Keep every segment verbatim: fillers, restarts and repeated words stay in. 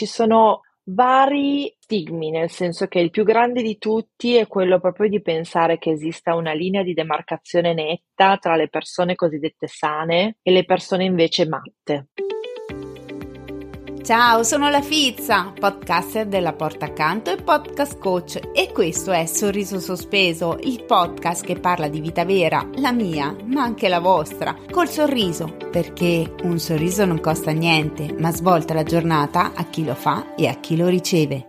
ci sono vari stigmi, nel senso che il più grande di tutti è quello proprio di pensare che esista una linea di demarcazione netta tra le persone cosiddette sane e le persone invece matte. Ciao, sono la Fizza, podcaster della Porta Accanto e podcast coach, e questo è Sorriso Sospeso, il podcast che parla di vita vera, la mia, ma anche la vostra, col sorriso, perché un sorriso non costa niente, ma svolta la giornata a chi lo fa e a chi lo riceve.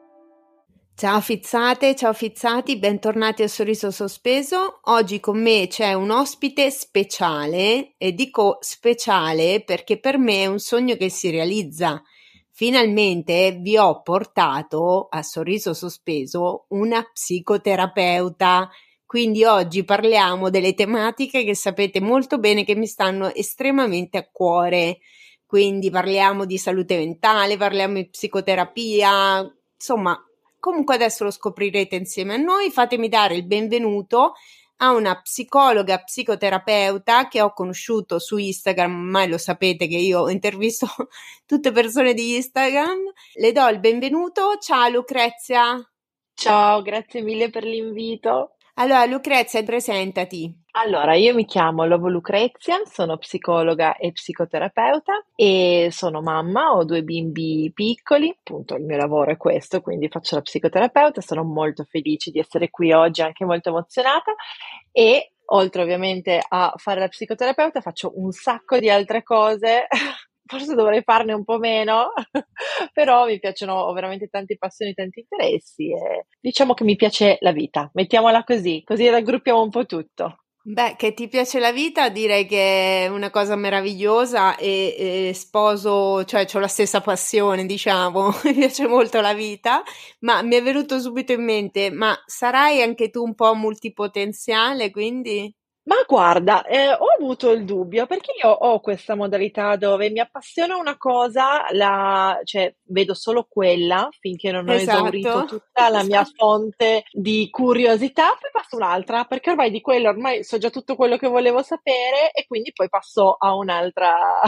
Ciao fizzate, ciao fizzati, bentornati a Sorriso Sospeso. Oggi con me c'è un ospite speciale, e dico speciale perché per me è un sogno che si realizza. Finalmente vi ho portato a Sorriso Sospeso una psicoterapeuta, quindi oggi parliamo delle tematiche che sapete molto bene che mi stanno estremamente a cuore. Quindi parliamo di salute mentale, parliamo di psicoterapia, insomma. Comunque adesso lo scoprirete insieme a noi. Fatemi dare il benvenuto a una psicologa psicoterapeuta che ho conosciuto su Instagram, ormai lo sapete che io intervisto tutte persone di Instagram. Le do il benvenuto. Ciao Lucrezia. Ciao, grazie mille per l'invito. Allora Lucrezia, presentati. Allora, io mi chiamo Lovo Lucrezia, sono psicologa e psicoterapeuta e sono mamma, ho due bimbi piccoli, appunto il mio lavoro è questo, quindi faccio la psicoterapeuta, sono molto felice di essere qui oggi, anche molto emozionata e oltre ovviamente a fare la psicoterapeuta faccio un sacco di altre cose. Forse dovrei farne un po' meno, però mi piacciono, ho veramente tante passioni, tanti interessi e diciamo che mi piace la vita, mettiamola così, così raggruppiamo un po' tutto. Beh, che ti piace la vita, direi che è una cosa meravigliosa e, e sposo, cioè ho la stessa passione, diciamo, mi piace molto la vita, ma mi è venuto subito in mente, ma sarai anche tu un po' multipotenziale, quindi? Ma guarda, eh, ho avuto il dubbio perché io ho questa modalità dove mi appassiona una cosa, la, cioè vedo solo quella finché non ho esaurito Esatto, tutta la mia esatto. fonte di curiosità, poi passo un'altra perché ormai di quello ormai so già tutto quello che volevo sapere e quindi poi passo a un'altra,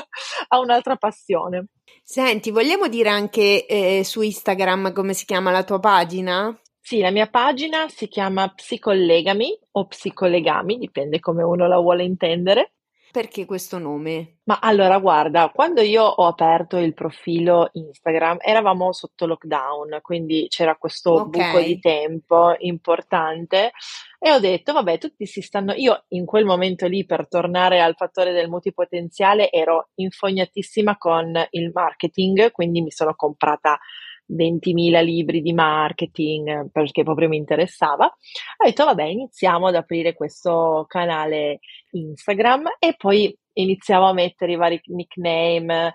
a un'altra passione. Senti, vogliamo dire anche eh, su Instagram come si chiama la tua pagina? Sì, la mia pagina si chiama Psicollegami o Psicolegami, dipende come uno la vuole intendere. Perché questo nome? Ma allora, guarda, quando io ho aperto il profilo Instagram eravamo sotto lockdown, quindi c'era questo Ok. buco di tempo importante e ho detto, vabbè, tutti si stanno. Io in quel momento lì, per tornare al fattore del multipotenziale, ero infognatissima con il marketing, quindi mi sono comprata ventimila libri di marketing perché proprio mi interessava. Ho detto, vabbè, iniziamo ad aprire questo canale Instagram e poi iniziavo a mettere i vari nickname,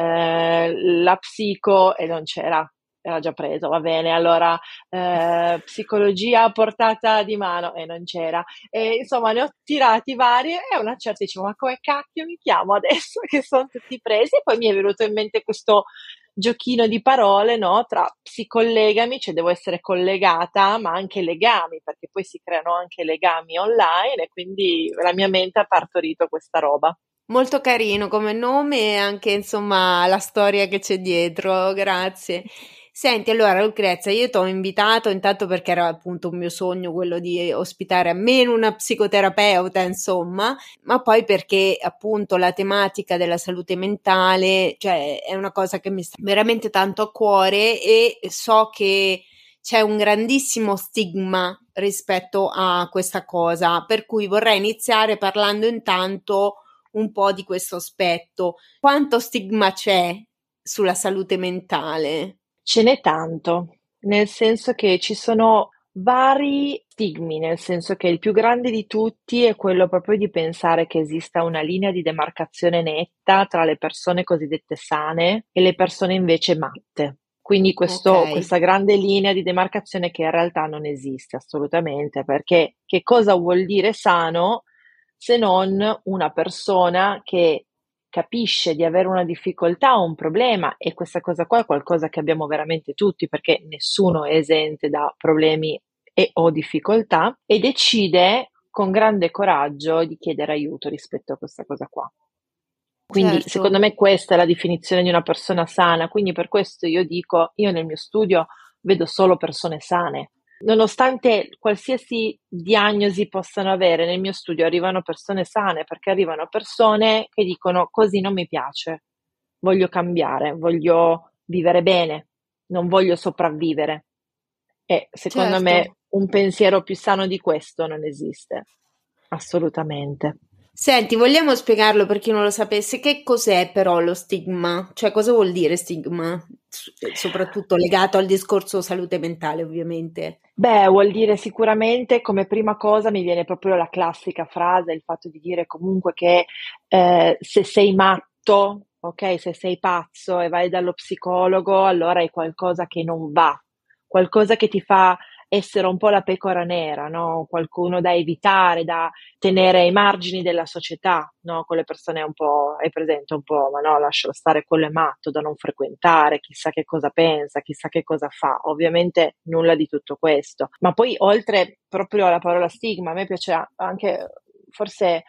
eh, la psico e non c'era, era già preso, va bene, allora eh, psicologia a portata di mano e non c'era. E, insomma, ne ho tirati vari e a una certa dicevo, ma come cacchio mi chiamo adesso che sono tutti presi? E poi mi è venuto in mente questo giochino di parole, no? Tra psicollegami, cioè devo essere collegata, ma anche legami, perché poi si creano anche legami online e quindi la mia mente ha partorito questa roba. Molto carino come nome e anche insomma la storia che c'è dietro, grazie. Senti, allora Lucrezia, io ti ho invitato intanto perché era appunto un mio sogno quello di ospitare almeno una psicoterapeuta, insomma, ma poi perché appunto la tematica della salute mentale, cioè è una cosa che mi sta veramente tanto a cuore e so che c'è un grandissimo stigma rispetto a questa cosa, per cui vorrei iniziare parlando intanto un po' di questo aspetto. Quanto stigma c'è sulla salute mentale? Ce n'è tanto, nel senso che ci sono vari stigmi, nel senso che il più grande di tutti è quello proprio di pensare che esista una linea di demarcazione netta tra le persone cosiddette sane e le persone invece matte. Quindi Ok, questo, questa grande linea di demarcazione che in realtà non esiste assolutamente, perché che cosa vuol dire sano se non una persona che capisce di avere una difficoltà o un problema, e questa cosa qua è qualcosa che abbiamo veramente tutti, perché nessuno è esente da problemi e o difficoltà, e decide con grande coraggio di chiedere aiuto rispetto a questa cosa qua. Quindi Certo. secondo me questa è la definizione di una persona sana, quindi per questo io dico, io nel mio studio vedo solo persone sane. Nonostante qualsiasi diagnosi possano avere, nel mio studio arrivano persone sane, perché arrivano persone che dicono così non mi piace, voglio cambiare, voglio vivere bene, non voglio sopravvivere. E secondo Certo. me un pensiero più sano di questo non esiste, assolutamente. Senti, vogliamo spiegarlo per chi non lo sapesse, che cos'è però lo stigma? Cioè, cosa vuol dire stigma? S- Soprattutto legato al discorso salute mentale, ovviamente. Beh, vuol dire sicuramente come prima cosa mi viene proprio la classica frase, il fatto di dire comunque che eh, se sei matto, ok, se sei pazzo e vai dallo psicologo, allora hai qualcosa che non va, qualcosa che ti fa essere un po' la pecora nera, no? Qualcuno da evitare, da tenere ai margini della società, no? Con le persone un po', hai presente un po', ma no, lascialo stare, quello è matto, da non frequentare, chissà che cosa pensa, chissà che cosa fa. Ovviamente nulla di tutto questo. Ma poi oltre proprio alla parola stigma, a me piace anche forse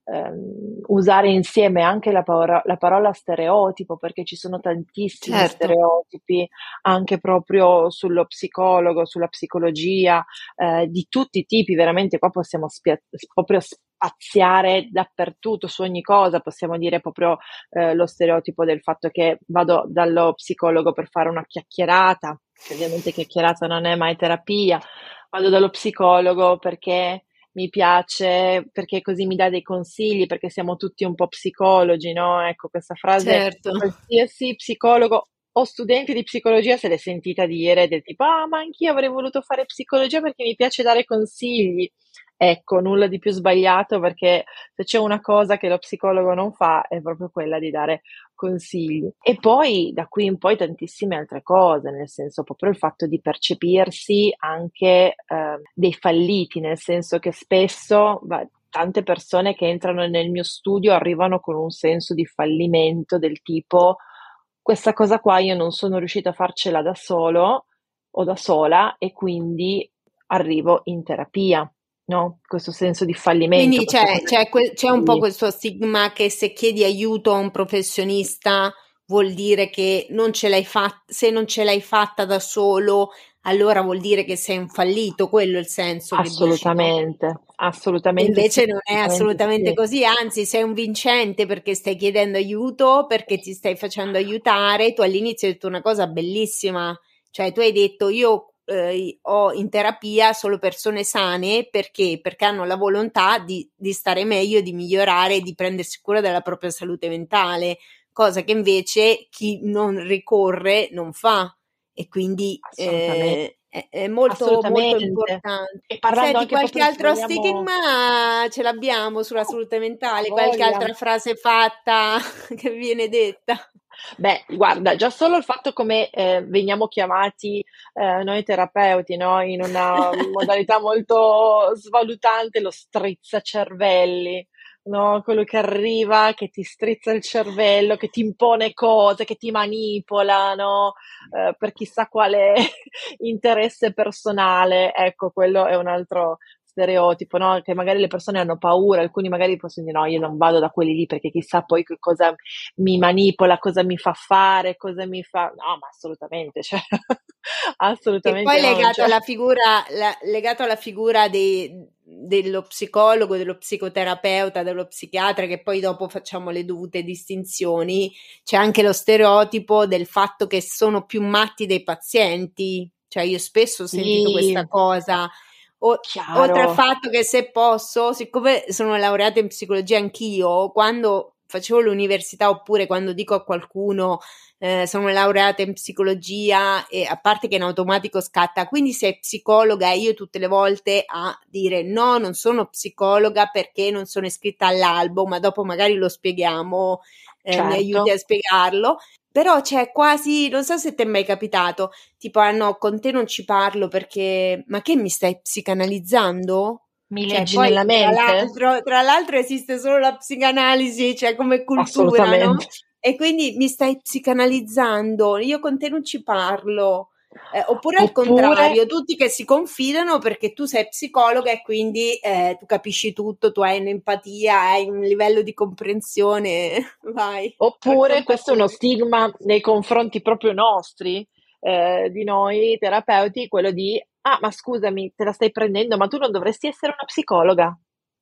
ehm, usare insieme anche la, parola, la parola stereotipo, perché ci sono tantissimi Certo. stereotipi anche proprio sullo psicologo, sulla psicologia, eh, di tutti i tipi, veramente qua possiamo spia- proprio spaziare dappertutto, su ogni cosa, possiamo dire proprio eh, lo stereotipo del fatto che vado dallo psicologo per fare una chiacchierata, che ovviamente chiacchierata non è mai terapia, vado dallo psicologo perché mi piace, perché così mi dà dei consigli, perché siamo tutti un po' psicologi, no? Ecco, questa frase Certo. qualsiasi psicologo o studente di psicologia se l'è sentita dire del tipo, ah, ma anch'io avrei voluto fare psicologia perché mi piace dare consigli. Ecco, nulla di più sbagliato, perché se c'è una cosa che lo psicologo non fa è proprio quella di dare consigli. E poi da qui in poi tantissime altre cose, nel senso proprio il fatto di percepirsi anche eh, dei falliti, nel senso che spesso va, tante persone che entrano nel mio studio arrivano con un senso di fallimento del tipo questa cosa qua io non sono riuscita a farcela da solo o da sola e quindi arrivo in terapia, no? Questo senso di fallimento, Quindi questa c'è, cosa c'è que- c'è un po' sì, questo stigma che se chiedi aiuto a un professionista vuol dire che non ce l'hai fatta, se non ce l'hai fatta da solo, allora vuol dire che sei un fallito, quello è il senso che dici, no? assolutamente, assolutamente sì, Invece non è assolutamente assolutamente sì. così, anzi sei un vincente perché stai chiedendo aiuto, perché ti stai facendo aiutare. Tu all'inizio hai detto una cosa bellissima, cioè tu hai detto io eh, ho in terapia solo persone sane perché? Perché hanno la volontà di, di stare meglio, di migliorare, di prendersi cura della propria salute mentale, cosa che invece chi non ricorre non fa e quindi Assolutamente, eh, è, è molto molto assolutamente. importante. E parlando Senti, anche qualche proprio, se altro vogliamo, stigma ce l'abbiamo sulla oh, salute ha mentale? Qualche voglia. altra frase fatta che viene detta? Beh, guarda, già solo il fatto come eh, veniamo chiamati eh, noi terapeuti, no? In una modalità molto svalutante, lo strizzacervelli, no? Quello che arriva, che ti strizza il cervello, che ti impone cose, che ti manipola, no? Eh, per chissà quale interesse personale. Ecco, quello è un altro stereotipo, no? Che magari le persone hanno paura, alcuni magari possono dire no, io non vado da quelli lì perché chissà poi che cosa mi manipola, cosa mi fa fare, cosa mi fa... No, ma assolutamente, cioè, Che poi assolutamente no. legato Cioè, alla figura, la- legato alla figura dei- dello psicologo, dello psicoterapeuta, dello psichiatra, che poi dopo facciamo le dovute distinzioni, c'è anche lo stereotipo del fatto che sono più matti dei pazienti. Cioè, io spesso ho sentito sì, questa cosa. O- oltre al chiaro, fatto che se posso, siccome sono laureata in psicologia anch'io, quando facevo l'università oppure quando dico a qualcuno eh, sono laureata in psicologia e a parte che in automatico scatta, quindi sei psicologa e io tutte le volte a dire no, non sono psicologa perché non sono iscritta all'albo, ma dopo magari lo spieghiamo, eh, mi aiuti a certo. spiegarlo. Però c'è quasi, non so se ti è mai capitato, tipo, ah no, con te non ci parlo perché, ma che mi stai psicanalizzando? Mi Cioè, leggi poi nella tra mente? l'altro, tra l'altro esiste solo la psicanalisi, cioè come cultura, no? Assolutamente. E quindi mi stai psicanalizzando, io con te non ci parlo. Eh, oppure al Oppure, contrario, tutti che si confidano perché tu sei psicologa e quindi eh, tu capisci tutto, tu hai un'empatia, hai un livello di comprensione. Vai, oppure racconta questo è uno pure. stigma nei confronti proprio nostri, eh, di noi terapeuti, quello di, ah, ma scusami, te la stai prendendo, ma tu non dovresti essere una psicologa.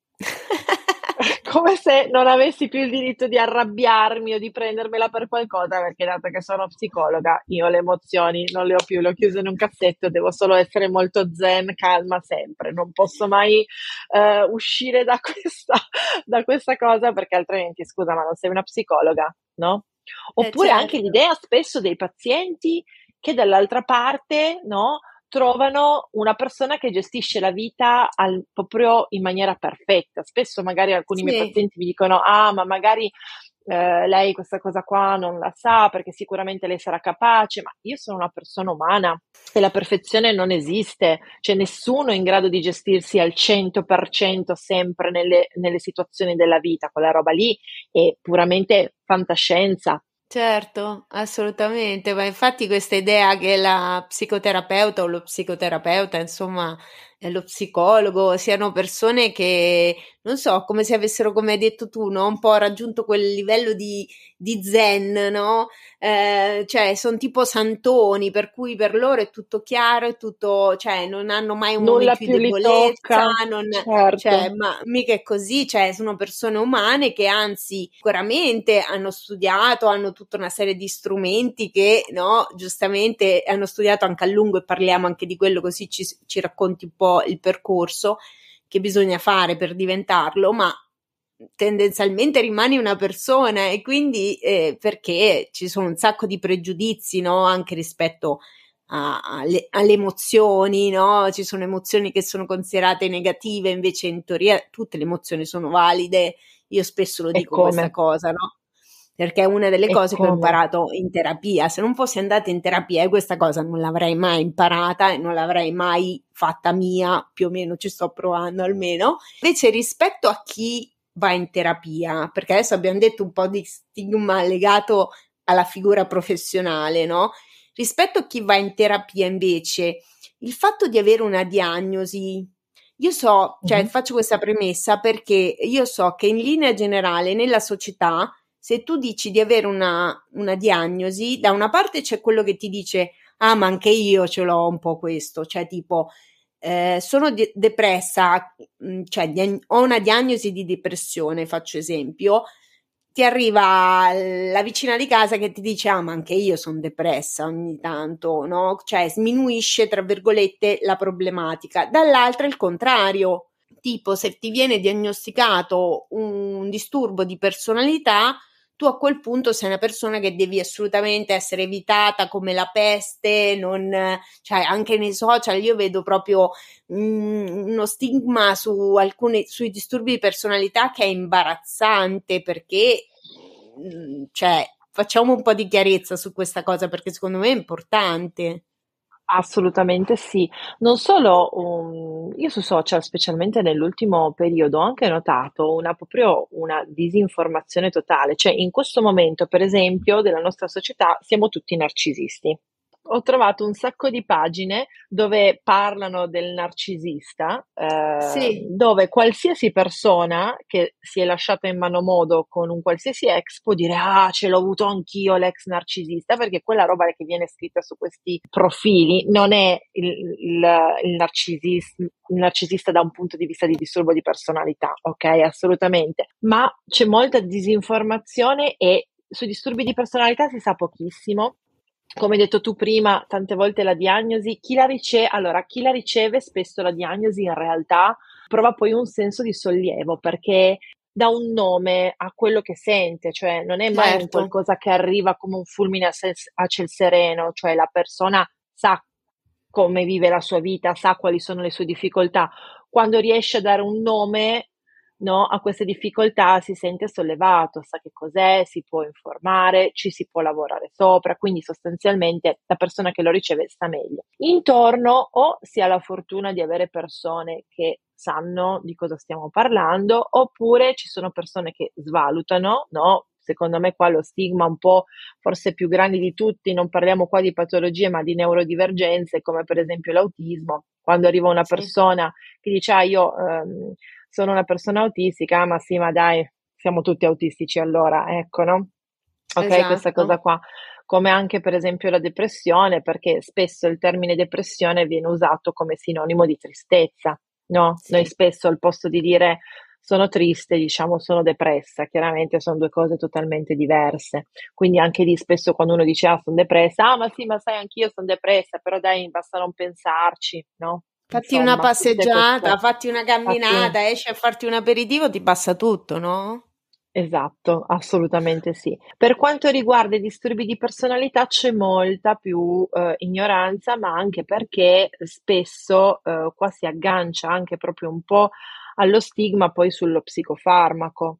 Come se non avessi più il diritto di arrabbiarmi o di prendermela per qualcosa, perché dato che sono psicologa, io le emozioni non le ho più, le ho chiuse in un cassetto, devo solo essere molto zen, calma sempre, non posso mai eh, uscire da questa, da questa cosa perché altrimenti, scusa, ma non sei una psicologa, no? Eh, Oppure anche certo. l'idea spesso dei pazienti che dall'altra parte, no? Trovano una persona che gestisce la vita al, proprio in maniera perfetta. Spesso magari alcuni miei Sì. pazienti mi dicono, ah, ma magari eh, lei questa cosa qua non la sa perché sicuramente lei sarà capace, ma io sono una persona umana e la perfezione non esiste, c'è nessuno in grado di gestirsi al cento per cento sempre nelle, nelle situazioni della vita, quella roba lì è puramente fantascienza. Certo, assolutamente, ma infatti questa idea che la psicoterapeuta o lo psicoterapeuta, insomma, e lo psicologo siano persone che, non so, come se avessero, come hai detto tu, no? Un po' raggiunto quel livello di, di zen, no? Eh, cioè, sono tipo santoni, per cui per loro è tutto chiaro, è tutto, cioè, non hanno mai un Nulla momento di più li debolezza, tocca, non, cioè, certo, ma mica è così, cioè, sono persone umane che anzi sicuramente hanno studiato, hanno tutta una serie di strumenti che, no, giustamente hanno studiato anche a lungo e parliamo anche di quello così ci, ci racconti un po' il percorso che bisogna fare per diventarlo, ma tendenzialmente rimani una persona e quindi eh, perché ci sono un sacco di pregiudizi, no, anche rispetto a- alle, alle emozioni, no? Ci sono emozioni che sono considerate negative, invece in teoria tutte le emozioni sono valide. Io spesso lo e dico questa come, cosa, no? Perché è una delle e cose che ho come. imparato in terapia. Se non fossi andata in terapia, questa cosa non l'avrei mai imparata e non l'avrei mai fatta mia, più o meno ci sto provando almeno. Invece rispetto a chi va in terapia, perché adesso abbiamo detto un po' di stigma legato alla figura professionale, no? Rispetto a chi va in terapia invece, il fatto di avere una diagnosi, io so, cioè Mhm. faccio questa premessa perché io so che in linea generale nella società, se tu dici di avere una, una diagnosi, da una parte c'è quello che ti dice, ah, ma anche io ce l'ho un po' questo, cioè tipo, eh, sono de- depressa, mh, cioè dia- ho una diagnosi di depressione, faccio esempio, ti arriva la vicina di casa che ti dice, ah, ma anche io sono depressa ogni tanto, no? Cioè sminuisce, tra virgolette, la problematica. Dall'altra il contrario, tipo se ti viene diagnosticato un disturbo di personalità, tu a quel punto sei una persona che devi assolutamente essere evitata come la peste, non, cioè anche nei social io vedo proprio mm, uno stigma su alcuni, sui disturbi di personalità che è imbarazzante perché, mm, cioè, facciamo un po' di chiarezza su questa cosa perché secondo me è importante. Assolutamente sì. Non solo, um, io su social, specialmente nell'ultimo periodo, ho anche notato una proprio una disinformazione totale. Cioè, in questo momento, per esempio, della nostra società siamo tutti narcisisti. Ho trovato un sacco di pagine dove parlano del narcisista, eh, Sì, dove qualsiasi persona che si è lasciata in mano modo con un qualsiasi ex può dire: Ah, ce l'ho avuto anch'io l'ex narcisista, perché quella roba che viene scritta su questi profili non è il, il, il narcisista, il narcisista da un punto di vista di disturbo di personalità, ok? Assolutamente. Ma c'è molta disinformazione e sui disturbi di personalità si sa pochissimo. Come hai detto tu prima, tante volte la diagnosi, chi la riceve, allora, chi la riceve spesso la diagnosi in realtà prova poi un senso di sollievo perché dà un nome a quello che sente, cioè non è mai un certo. qualcosa che arriva come un fulmine a, se- a ciel sereno, cioè la persona sa come vive la sua vita, sa quali sono le sue difficoltà. Quando riesce a dare un nome, no, a queste difficoltà si sente sollevato, sa che cos'è, si può informare, ci si può lavorare sopra, quindi sostanzialmente la persona che lo riceve sta meglio. Intorno o si ha la fortuna di avere persone che sanno di cosa stiamo parlando, oppure ci sono persone che svalutano, no? secondo me qua lo stigma un po' forse più grandi di tutti, non parliamo qua di patologie ma di neurodivergenze come per esempio l'autismo, quando arriva una Sì. persona che dice ah io ehm, sono una persona autistica, ah, ma sì ma dai siamo tutti autistici allora, ecco no? Ok, questa Esatto. cosa qua, come anche per esempio la depressione, perché spesso il termine depressione viene usato come sinonimo di tristezza, no? Noi Sì. spesso al posto di dire sono triste, diciamo sono depressa, chiaramente sono due cose totalmente diverse. Quindi anche lì spesso quando uno dice ah sono depressa, ah ma sì, ma sai anch'io sono depressa, però dai, basta non pensarci, no? Fatti una Insomma, tutte passeggiata, queste fatti una fatti camminata, esci a farti un aperitivo, ti passa tutto, no? esatto, assolutamente sì. Per quanto riguarda i disturbi di personalità c'è molta più, uhm, ignoranza, ma anche perché spesso, uhm, qua si aggancia anche proprio un po' allo stigma poi sullo psicofarmaco.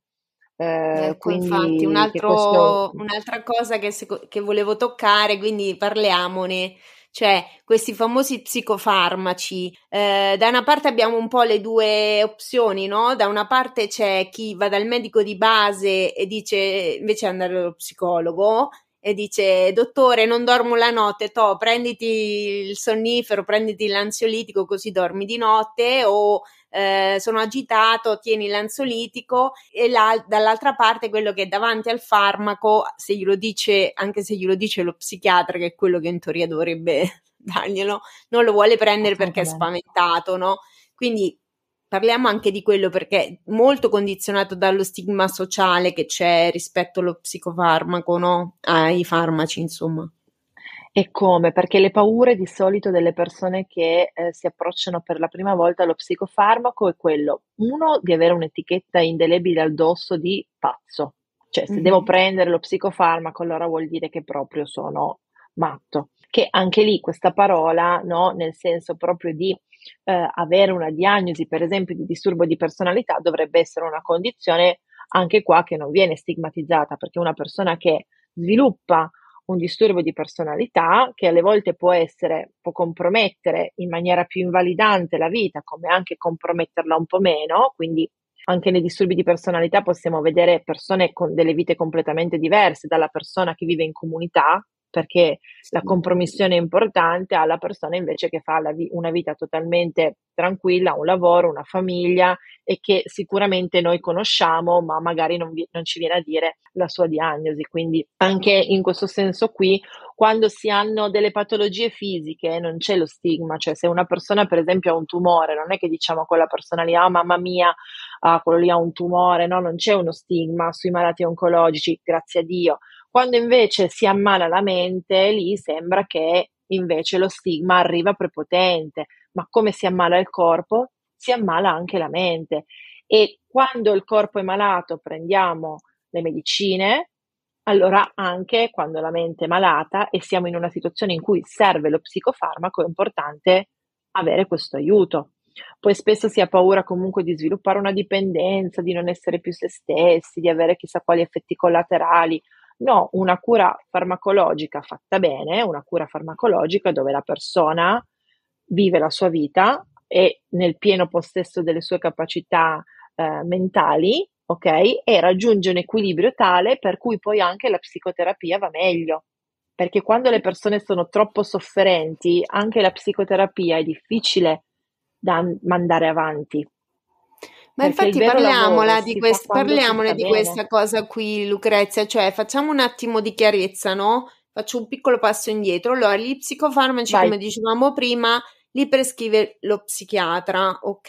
Ehm, Ecco, infatti, un quindi che questo altro, un'altra cosa che, seco- che volevo toccare, quindi parliamone, cioè questi famosi psicofarmaci. Eh, da una parte abbiamo un po' le due opzioni, no? Da una parte c'è chi va dal medico di base e dice, invece di andare dallo psicologo, e dice, dottore, non dormo la notte, to, prenditi il sonnifero, prenditi l'ansiolitico così dormi di notte, o eh, sono agitato, tieni l'ansiolitico, e la, dall'altra parte quello che è davanti al farmaco, se glielo dice, anche se glielo dice lo psichiatra, che è quello che in teoria dovrebbe darglielo, non lo vuole prendere perché è assolutamente. spaventato, no? Quindi parliamo anche di quello perché è molto condizionato dallo stigma sociale che c'è rispetto allo psicofarmaco, no? Ai farmaci, insomma. E come? Perché le paure di solito delle persone che, ehm, si approcciano per la prima volta allo psicofarmaco è quello: uno di avere un'etichetta indelebile addosso di pazzo, cioè se devo Mhm. prendere lo psicofarmaco allora vuol dire che proprio sono matto. Che anche lì questa parola, no, nel senso proprio di, ehm, avere una diagnosi per esempio di disturbo di personalità dovrebbe essere una condizione anche qua che non viene stigmatizzata, perché una persona che sviluppa un disturbo di personalità che alle volte può essere, può compromettere in maniera più invalidante la vita, come anche comprometterla un po' meno, quindi anche nei disturbi di personalità possiamo vedere persone con delle vite completamente diverse dalla persona che vive in comunità, perché la Sì. compromissione è importante alla persona invece che fa la vi- una vita totalmente tranquilla, un lavoro, una famiglia e che sicuramente noi conosciamo, ma magari non, vi- non ci viene a dire la sua diagnosi. Quindi anche in questo senso qui, quando si hanno delle patologie fisiche, non c'è lo stigma, cioè se una persona per esempio ha un tumore, non è che diciamo a quella persona lì, ah mamma mia, ah, quello lì ha un tumore, no, non c'è uno stigma sui malati oncologici, grazie a Dio. Quando invece si ammala la mente, lì sembra che invece lo stigma arriva prepotente, ma come si ammala il corpo, si ammala anche la mente. E quando il corpo è malato prendiamo le medicine, allora anche quando la mente è malata e siamo in una situazione in cui serve lo psicofarmaco, è importante avere questo aiuto. Poi spesso si ha paura comunque di sviluppare una dipendenza, di non essere più se stessi, di avere chissà quali effetti collaterali. No, una cura farmacologica fatta bene, una cura farmacologica dove la persona vive la sua vita e nel pieno possesso delle sue capacità eh, mentali, ok? E raggiunge un equilibrio tale per cui poi anche la psicoterapia va meglio. Perché quando le persone sono troppo sofferenti, anche la psicoterapia è difficile da an- mandare avanti, Ma perché il infatti vero lavoro parliamola di si fa quest- quando si parliamone sta di bene. questa cosa qui, Lucrezia, cioè facciamo un attimo di chiarezza, no? Faccio un piccolo passo indietro. Allora, gli psicofarmaci, Vai. come dicevamo prima, li prescrive lo psichiatra, ok?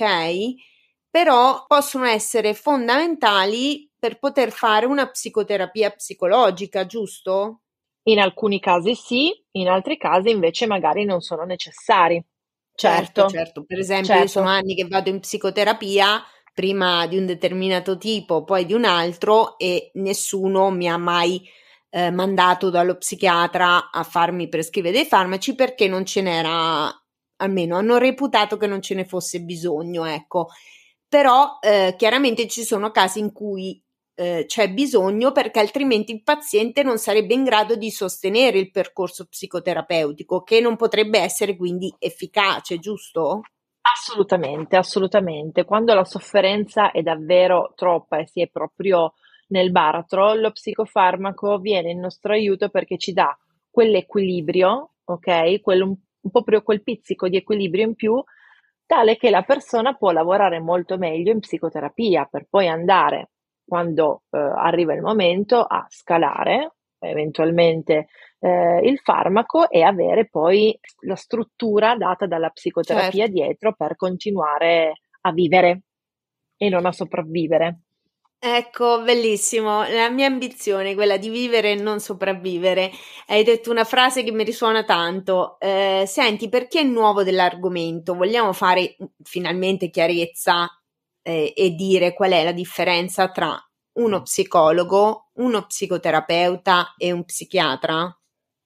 Però possono essere fondamentali per poter fare una psicoterapia psicologica, giusto? In alcuni casi sì, in altri casi invece magari non sono necessari. Certo, Certo, certo. Per esempio, io sono certo. anni che vado in psicoterapia, prima di un determinato tipo, poi di un altro, e nessuno mi ha mai eh, mandato dallo psichiatra a farmi prescrivere dei farmaci perché non ce n'era, almeno hanno reputato che non ce ne fosse bisogno, ecco. Però eh, chiaramente ci sono casi in cui eh, c'è bisogno perché altrimenti il paziente non sarebbe in grado di sostenere il percorso psicoterapeutico, che non potrebbe essere quindi efficace, giusto? Assolutamente, assolutamente. Quando la sofferenza è davvero troppa e si è proprio nel baratro, lo psicofarmaco viene in nostro aiuto perché ci dà quell'equilibrio, ok? Quel, un, un po' proprio quel pizzico di equilibrio in più, tale che la persona può lavorare molto meglio in psicoterapia per poi andare, quando eh, arriva il momento, a scalare eventualmente eh, il farmaco e avere poi la struttura data dalla psicoterapia Certo. dietro per continuare a vivere e non a sopravvivere. Ecco, bellissimo. La mia ambizione è quella di vivere e non sopravvivere. Hai detto una frase che mi risuona tanto. Eh, senti, perché è nuovo dell'argomento? Vogliamo fare mm, finalmente chiarezza eh, e dire qual è la differenza tra uno psicologo, uno psicoterapeuta e un psichiatra?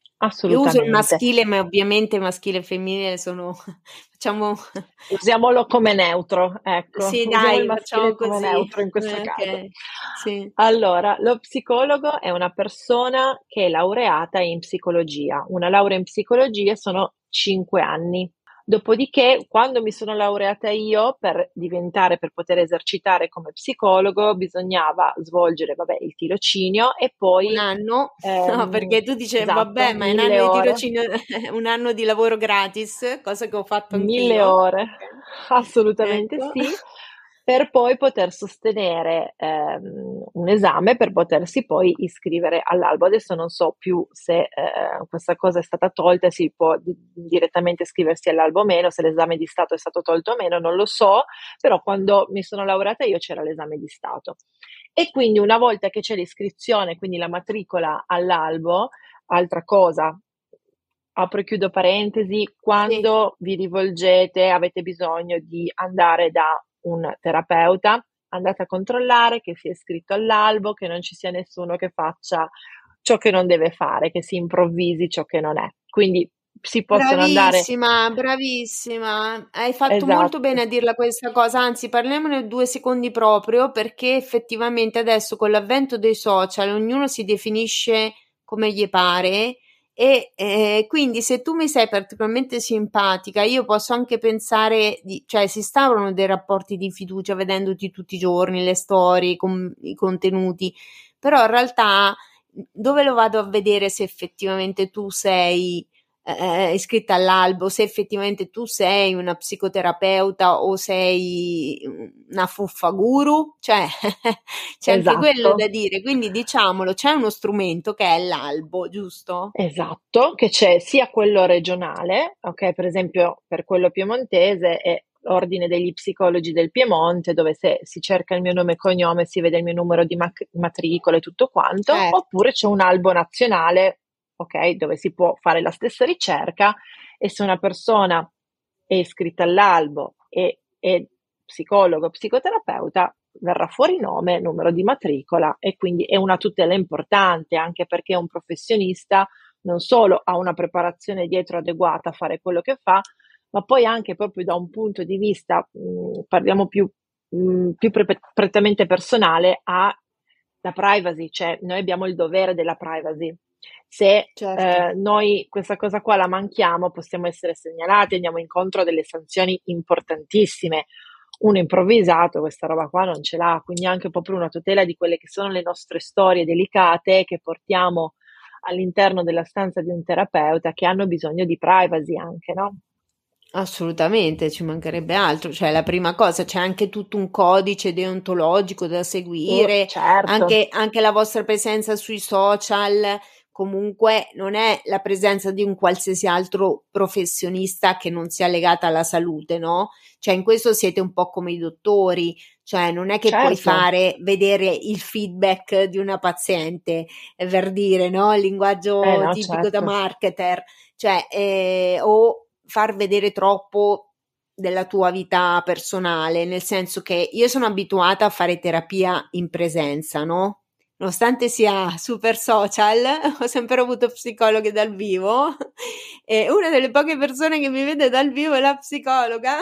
Io uso il Assolutamente. maschile, ma ovviamente maschile e femminile sono, facciamo, Usiamolo come neutro, ecco, sì, usiamo il dai, maschile facciamo come così. neutro in questo Eh, caso. ok, sì. Allora, lo psicologo è una persona che è laureata in psicologia. Una laurea in psicologia sono cinque anni. Dopodiché, quando mi sono laureata io, per diventare, per poter esercitare come psicologo, bisognava svolgere, vabbè, il tirocinio e Un poi, anno? No, ehm, perché tu dici, esatto, vabbè, ma è un mille anno di ore. tirocinio, un anno di lavoro gratis, cosa che ho fatto Mille anch'io. ore, Ok. assolutamente Ecco. sì, per poi poter sostenere ehm, un esame per potersi poi iscrivere all'albo. Adesso non so più se eh, questa cosa è stata tolta e si può di- direttamente iscriversi all'albo o meno, se l'esame di Stato è stato tolto o meno, non lo so, però quando mi sono laureata io c'era l'esame di Stato. E quindi una volta che c'è l'iscrizione, quindi la matricola all'albo, altra cosa, apro e chiudo parentesi, Sì. quando vi rivolgete, avete bisogno di andare da un terapeuta, andate a controllare che sia iscritto all'albo, che non ci sia nessuno che faccia ciò che non deve fare, che si improvvisi ciò che non è. Quindi si possono andare, Bravissima, bravissima. Hai fatto molto esatto, bene a dirla questa cosa, anzi, parliamone due secondi proprio perché effettivamente adesso con l'avvento dei social ognuno si definisce come gli pare e eh, quindi se tu mi sei particolarmente simpatica, io posso anche pensare di, cioè si instaurano dei rapporti di fiducia vedendoti tutti i giorni, le storie, com- i contenuti, però in realtà dove lo vado a vedere se effettivamente tu sei eh, iscritta all'albo, se effettivamente tu sei una psicoterapeuta o sei una fuffa guru, cioè c'è anche quello da esatto. dire, quindi diciamolo, c'è uno strumento che è l'albo, giusto? Esatto, che c'è sia quello regionale, ok, per esempio per quello piemontese è l'Ordine degli Psicologi del Piemonte, dove se si cerca il mio nome e cognome si vede il mio numero di mac- matricola e tutto quanto, Certo. oppure c'è un albo nazionale, ok, dove si può fare la stessa ricerca e se una persona è iscritta all'albo e è psicologo, psicoterapeuta, verrà fuori nome, numero di matricola e quindi è una tutela importante anche perché è un professionista non solo ha una preparazione dietro adeguata a fare quello che fa, ma poi anche proprio da un punto di vista, mh, parliamo più, mh, più pre- prettamente personale, ha la privacy, cioè noi abbiamo il dovere della privacy. Se Certo. eh, noi questa cosa qua la manchiamo, possiamo essere segnalati, andiamo incontro a delle sanzioni importantissime. Uno improvvisato questa roba qua non ce l'ha, quindi anche proprio una tutela di quelle che sono le nostre storie delicate che portiamo all'interno della stanza di un terapeuta che hanno bisogno di privacy anche, no? Assolutamente, ci mancherebbe altro, cioè la prima cosa, c'è anche tutto un codice deontologico da Uh, seguire, certo, anche, anche la vostra presenza sui social, comunque non è la presenza di un qualsiasi altro professionista che non sia legata alla salute, no? Cioè in questo siete un po' come i dottori, cioè non è che puoi certo. fare vedere il feedback di una paziente, eh, per dire, no? Il Eh linguaggio no, tipico da certo. marketer, cioè eh, o far vedere troppo della tua vita personale, nel senso che io sono abituata a fare terapia in presenza, no? Nonostante sia super social, ho sempre avuto psicologhe dal vivo e una delle poche persone che mi vede dal vivo è la psicologa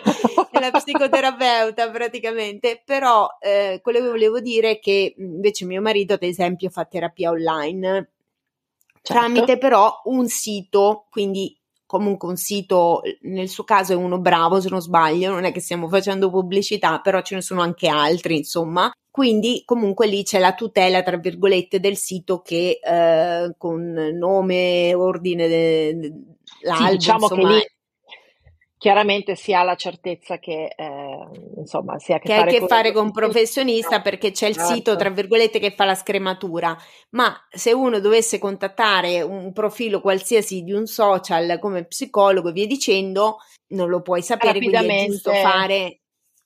e la psicoterapeuta praticamente, però eh, quello che volevo dire è che invece mio marito ad esempio fa terapia online Certo. tramite però un sito, quindi comunque un sito, nel suo caso è uno bravo se non sbaglio, non è che stiamo facendo pubblicità, però ce ne sono anche altri, insomma, Quindi comunque lì c'è la tutela, tra virgolette, del sito che eh, con nome, ordine, de, de, Sì, l'albo, diciamo che insomma, lì chiaramente si ha la certezza che, eh, insomma, si ha a che che hai a fare che con un fare con un professionista. professionista, perché c'è il sito, tra Certo. virgolette, che fa la scrematura. Ma se uno dovesse contattare un profilo qualsiasi di un social come psicologo e via dicendo, non lo puoi sapere, quindi è giusto Rapidamente, fare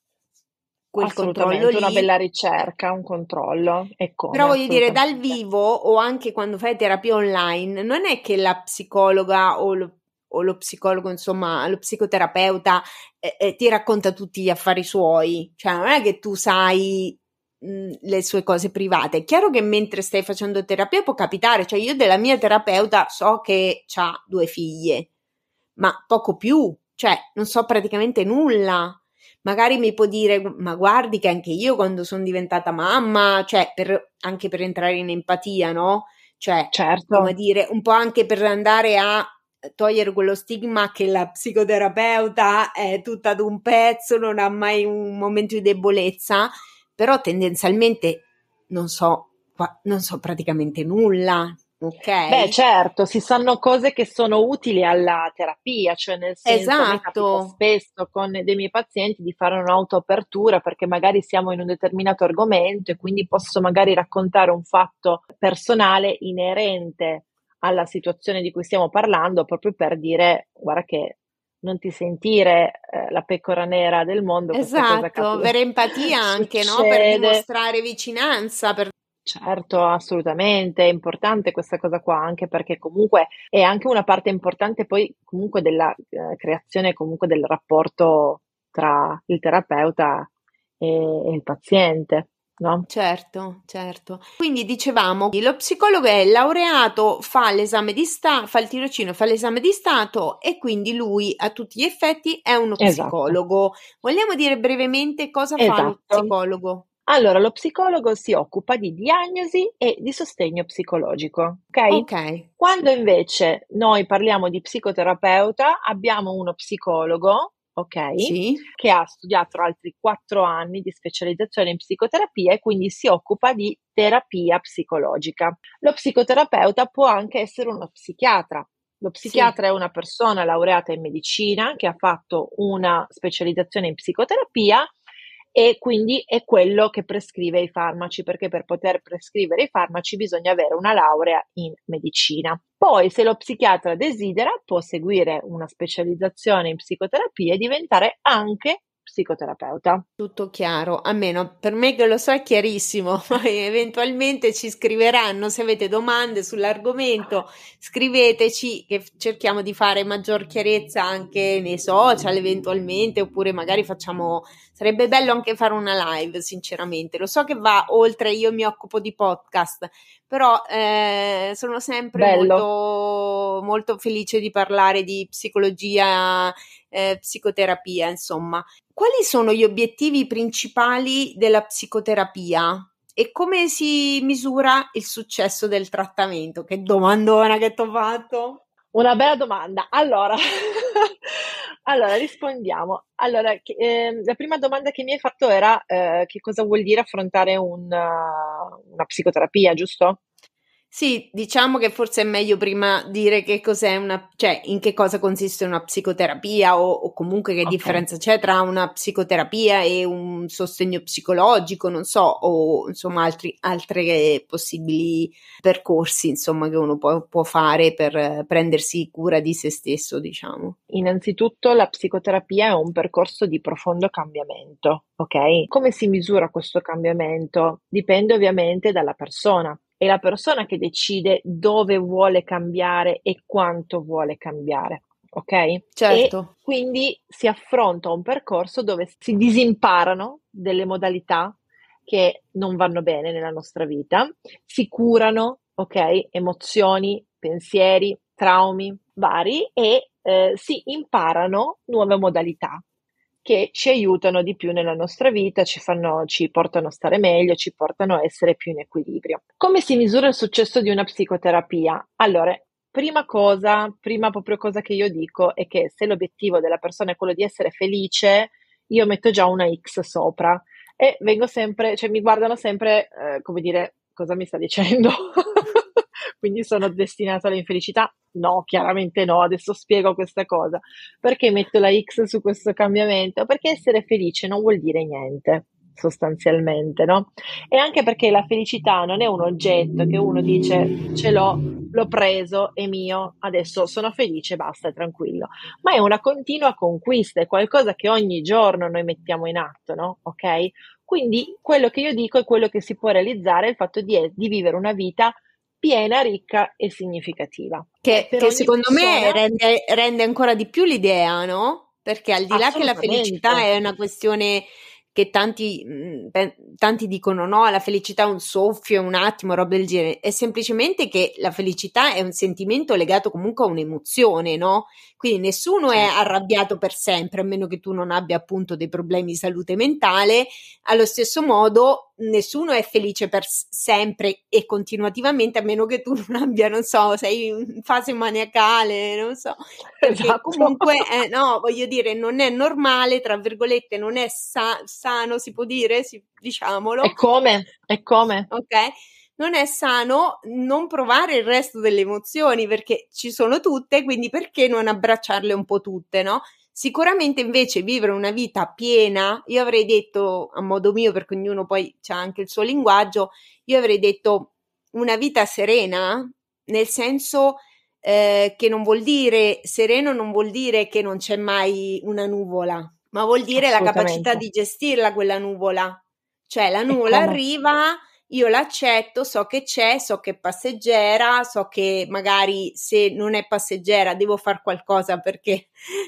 quel controllo assolutamente, una lì. bella ricerca, un controllo, e Però come, voglio dire, dal assolutamente. vivo o anche quando fai terapia online, non è che la psicologa o lo, o lo psicologo, insomma, lo psicoterapeuta eh, eh, ti racconta tutti gli affari suoi. Cioè, non è che tu sai mh, le sue cose private. È chiaro che mentre stai facendo terapia può capitare. Cioè, io della mia terapeuta so che ha due figlie, ma poco più. Cioè, non so praticamente nulla. Magari mi può dire, ma guardi che anche io quando sono diventata mamma, cioè per, anche per entrare in empatia, no? Cioè, come Certo, dire, un po' anche per andare a togliere quello stigma che la psicoterapeuta è tutta ad un pezzo, non ha mai un momento di debolezza, però tendenzialmente non so, non so praticamente nulla, beh, ok? certo, si sanno cose che sono utili alla terapia, cioè nel senso, a me capita Esatto. spesso con dei miei pazienti di fare un'autoapertura perché magari siamo in un determinato argomento e quindi posso magari raccontare un fatto personale inerente alla situazione di cui stiamo parlando, proprio per dire, guarda che non ti sentire eh, la pecora nera del mondo, questa cosa Esatto, capita, avere empatia anche, no? Per succede. dimostrare vicinanza, per... Certo, assolutamente, è importante questa cosa qua, anche perché comunque è anche una parte importante poi comunque della eh, creazione comunque del rapporto tra il terapeuta e, e il paziente, no? Certo, certo. Quindi dicevamo, lo psicologo è laureato, fa l'esame di Stato, fa il tirocinio, fa l'esame di Stato e quindi lui a tutti gli effetti è uno Esatto, psicologo. Vogliamo dire brevemente cosa fa lo esatto. psicologo? Allora, lo psicologo si occupa di diagnosi e di sostegno psicologico, ok? Ok, Quando invece noi parliamo di psicoterapeuta, abbiamo uno psicologo, ok? sì, Che ha studiato altri quattro anni di specializzazione in psicoterapia e quindi si occupa di terapia psicologica. Lo psicoterapeuta può anche essere uno psichiatra. Lo sì. psichiatra è una persona laureata in medicina che ha fatto una specializzazione in psicoterapia e quindi è quello che prescrive i farmaci, perché per poter prescrivere i farmaci bisogna avere una laurea in medicina. Poi, se lo psichiatra desidera, può seguire una specializzazione in psicoterapia e diventare anche psicoterapeuta. Tutto chiaro, almeno per me che lo so è chiarissimo, poi eventualmente ci scriveranno se avete domande sull'argomento, scriveteci che cerchiamo di fare maggior chiarezza anche nei social eventualmente, oppure magari facciamo, sarebbe bello anche fare una live, sinceramente, lo so che va oltre, io mi occupo di podcast, però eh, sono sempre Bello. molto, molto felice di parlare di psicologia, eh, psicoterapia, insomma. Quali sono gli obiettivi principali della psicoterapia e come si misura il successo del trattamento? Che domandona che ti ho fatto! Una bella domanda. Allora, allora rispondiamo. Allora, che- ehm, la prima domanda che mi hai fatto era eh, che cosa vuol dire affrontare un, uh, una psicoterapia, giusto? Sì, diciamo che forse è meglio prima dire che cos'è una, cioè in che cosa consiste una psicoterapia o, o comunque che Ok. differenza c'è tra una psicoterapia e un sostegno psicologico, non so, o insomma altri altri possibili percorsi, insomma, che uno può, può fare per eh, prendersi cura di se stesso, diciamo. Innanzitutto la psicoterapia è un percorso di profondo cambiamento, ok? Come si misura questo cambiamento? Dipende ovviamente dalla persona. È la persona che decide dove vuole cambiare e quanto vuole cambiare, ok? E Certo. quindi si affronta un percorso dove si disimparano delle modalità che non vanno bene nella nostra vita, si curano, ok? Emozioni, pensieri, traumi vari e eh, si imparano nuove modalità che ci aiutano di più nella nostra vita, ci fanno, ci portano a stare meglio, ci portano a essere più in equilibrio. Come si misura il successo di una psicoterapia? Allora, prima cosa, prima proprio cosa che io dico è che se l'obiettivo della persona è quello di essere felice, io metto già una X sopra. e vengo sempre, cioè mi guardano sempre, eh, come dire, cosa mi sta dicendo? Quindi sono destinato all'infelicità? No, chiaramente no, adesso spiego questa cosa. Perché metto la X su questo cambiamento? Perché essere felice non vuol dire niente, sostanzialmente, no? E anche perché la felicità non è un oggetto che uno dice ce l'ho, l'ho preso, è mio, adesso sono felice, basta, tranquillo. Ma è una continua conquista, è qualcosa che ogni giorno noi mettiamo in atto, no? Ok? Quindi quello che io dico è quello che si può realizzare, è il fatto di, di vivere una vita piena, ricca e significativa. E Che, per che ogni secondo me persona, rende, rende ancora di più l'idea, no? Perché al di là che la felicità assolutamente, è una questione che tanti, mh, pe- tanti dicono no, la felicità è un soffio, è un attimo, roba del genere, è semplicemente che la felicità è un sentimento legato comunque a un'emozione, no? Quindi nessuno è certo, arrabbiato per sempre, a meno che tu non abbia appunto dei problemi di salute mentale. Allo stesso modo, nessuno è felice per s- sempre e continuativamente, a meno che tu non abbia, non so, sei in fase maniacale, non so, perché esatto. comunque, eh, no, voglio dire, non è normale, tra virgolette, non è sa- sano, si può dire, si- diciamolo, E come? E come? ok? Non è sano non provare il resto delle emozioni perché ci sono tutte, quindi perché non abbracciarle un po' tutte, no? Sicuramente invece vivere una vita piena, io avrei detto a modo mio, perché ognuno poi ha anche il suo linguaggio, io avrei detto una vita serena, nel senso eh, che non vuol dire sereno, non vuol dire che non c'è mai una nuvola, ma vuol dire la capacità Assolutamente. di gestirla quella nuvola. Cioè la E nuvola come? arriva, io l'accetto, so che c'è, so che è passeggera, so che magari se non è passeggera devo fare qualcosa perché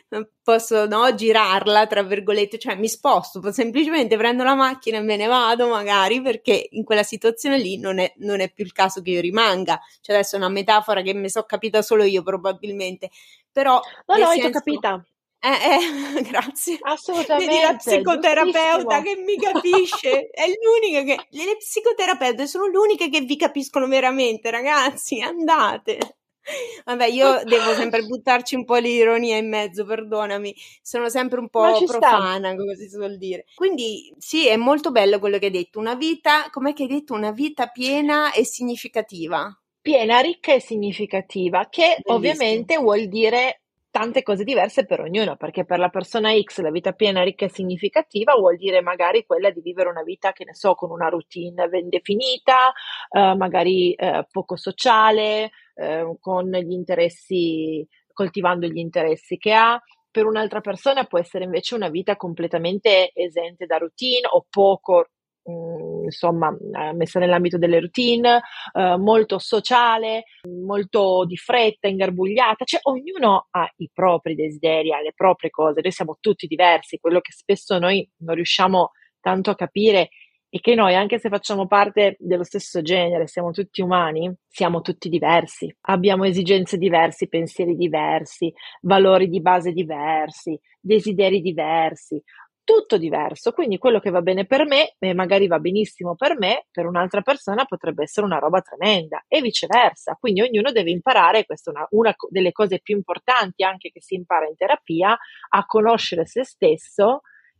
posso, no, girarla, tra virgolette, cioè mi sposto, semplicemente prendo la macchina e me ne vado magari perché in quella situazione lì non è, non è più il caso che io rimanga. Cioè adesso è una metafora che mi so capita solo io probabilmente, però No, nel no, io t'ho senso... capita. Eh, eh, grazie. Vedi la Assolutamente, psicoterapeuta giustissimo. che mi capisce, è l'unica che... Le psicoterapeute sono le uniche che vi capiscono veramente, ragazzi, andate. Vabbè, io devo sempre buttarci un po' l'ironia in mezzo, perdonami, sono sempre un Ma po' ci sta. profana, come si suol dire. Quindi sì, è molto bello quello che hai detto, una vita, com'è che hai detto, una vita piena e significativa. Piena, ricca e significativa, che Bellissimo. ovviamente vuol dire tante cose diverse per ognuno, perché per la persona X la vita piena, ricca e significativa vuol dire magari quella di vivere una vita, che ne so, con una routine ben definita, eh, magari eh, poco sociale, eh, con gli interessi, coltivando gli interessi che ha. Per un'altra persona può essere invece una vita completamente esente da routine o poco, mh, insomma, eh, messa nell'ambito delle routine, eh, molto sociale, molto di fretta, ingarbugliata, cioè ognuno ha i propri desideri, ha le proprie cose, noi siamo tutti diversi, quello che spesso noi non riusciamo tanto a capire è che noi, anche se facciamo parte dello stesso genere, siamo tutti umani, siamo tutti diversi, abbiamo esigenze diverse, pensieri diversi, valori di base diversi, desideri diversi, tutto diverso. Quindi quello che va bene per me, e magari va benissimo per me, per un'altra persona potrebbe essere una roba tremenda e viceversa. Quindi ognuno deve imparare, questa è una, una delle cose più importanti anche che si impara in terapia, a conoscere se stesso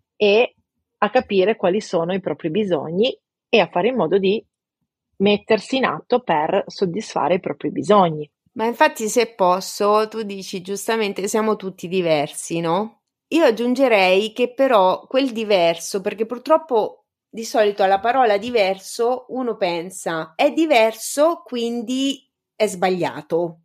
e a capire quali sono i propri bisogni e a fare in modo di mettersi in atto per soddisfare i propri bisogni. Ma infatti, se posso, tu dici giustamente siamo tutti diversi, no? Io aggiungerei che però quel diverso, perché purtroppo di solito alla parola diverso uno pensa è diverso, quindi è sbagliato,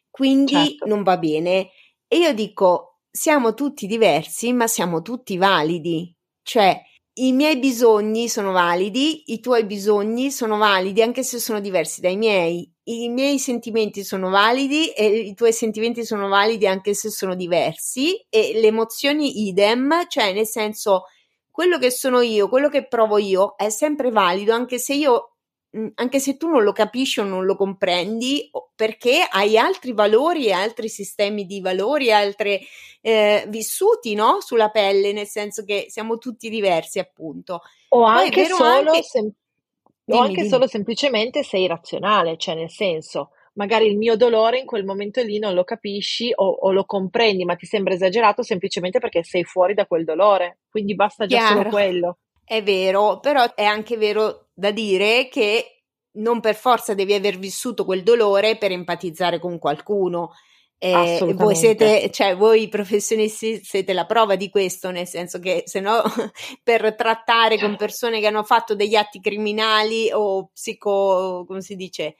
quindi Certo, non va bene. E io dico, siamo tutti diversi, ma siamo tutti validi. Cioè, i miei bisogni sono validi, i tuoi bisogni sono validi, anche se sono diversi dai miei. I miei sentimenti sono validi e i tuoi sentimenti sono validi anche se sono diversi, e le emozioni idem, cioè nel senso, quello che sono io, quello che provo io è sempre valido, anche se io, mh, anche se tu non lo capisci o non lo comprendi, o- perché hai altri valori e altri sistemi di valori, altre eh, vissuti, no? Sulla pelle, nel senso che siamo tutti diversi, appunto. O Poi è anche vero solo, anche, sem- o dimmi, anche dimmi. solo semplicemente sei razionale, cioè nel senso, magari il mio dolore in quel momento lì non lo capisci o, o lo comprendi, ma ti sembra esagerato semplicemente perché sei fuori da quel dolore, quindi basta già solo Chiaro. quello. È vero, però è anche vero da dire che non per forza devi aver vissuto quel dolore per empatizzare con qualcuno. Eh, voi Assolutamente. siete, cioè voi professionisti siete la prova di questo, nel senso che se no per trattare con persone che hanno fatto degli atti criminali o psico, come si dice,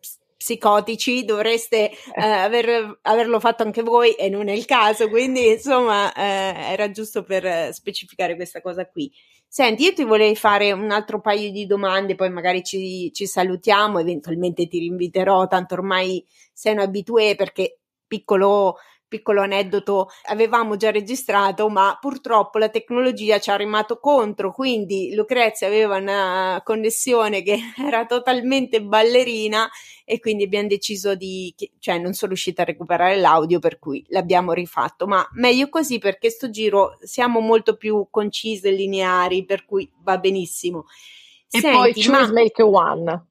psicotici, dovreste eh, aver, averlo fatto anche voi e non è il caso, quindi insomma eh, era giusto per specificare questa cosa qui. Senti, io ti volevo fare un altro paio di domande, poi magari ci, ci salutiamo, eventualmente ti rinviterò, tanto ormai sei un habitué perché piccolo, piccolo aneddoto, avevamo già registrato, ma purtroppo la tecnologia ci ha remato contro, quindi Lucrezia aveva una connessione che era totalmente ballerina e quindi abbiamo deciso di, cioè non sono riuscita a recuperare l'audio, per cui l'abbiamo rifatto, ma meglio così perché sto giro siamo molto più concise e lineari, per cui va benissimo. E Senti, poi choose, ma make one.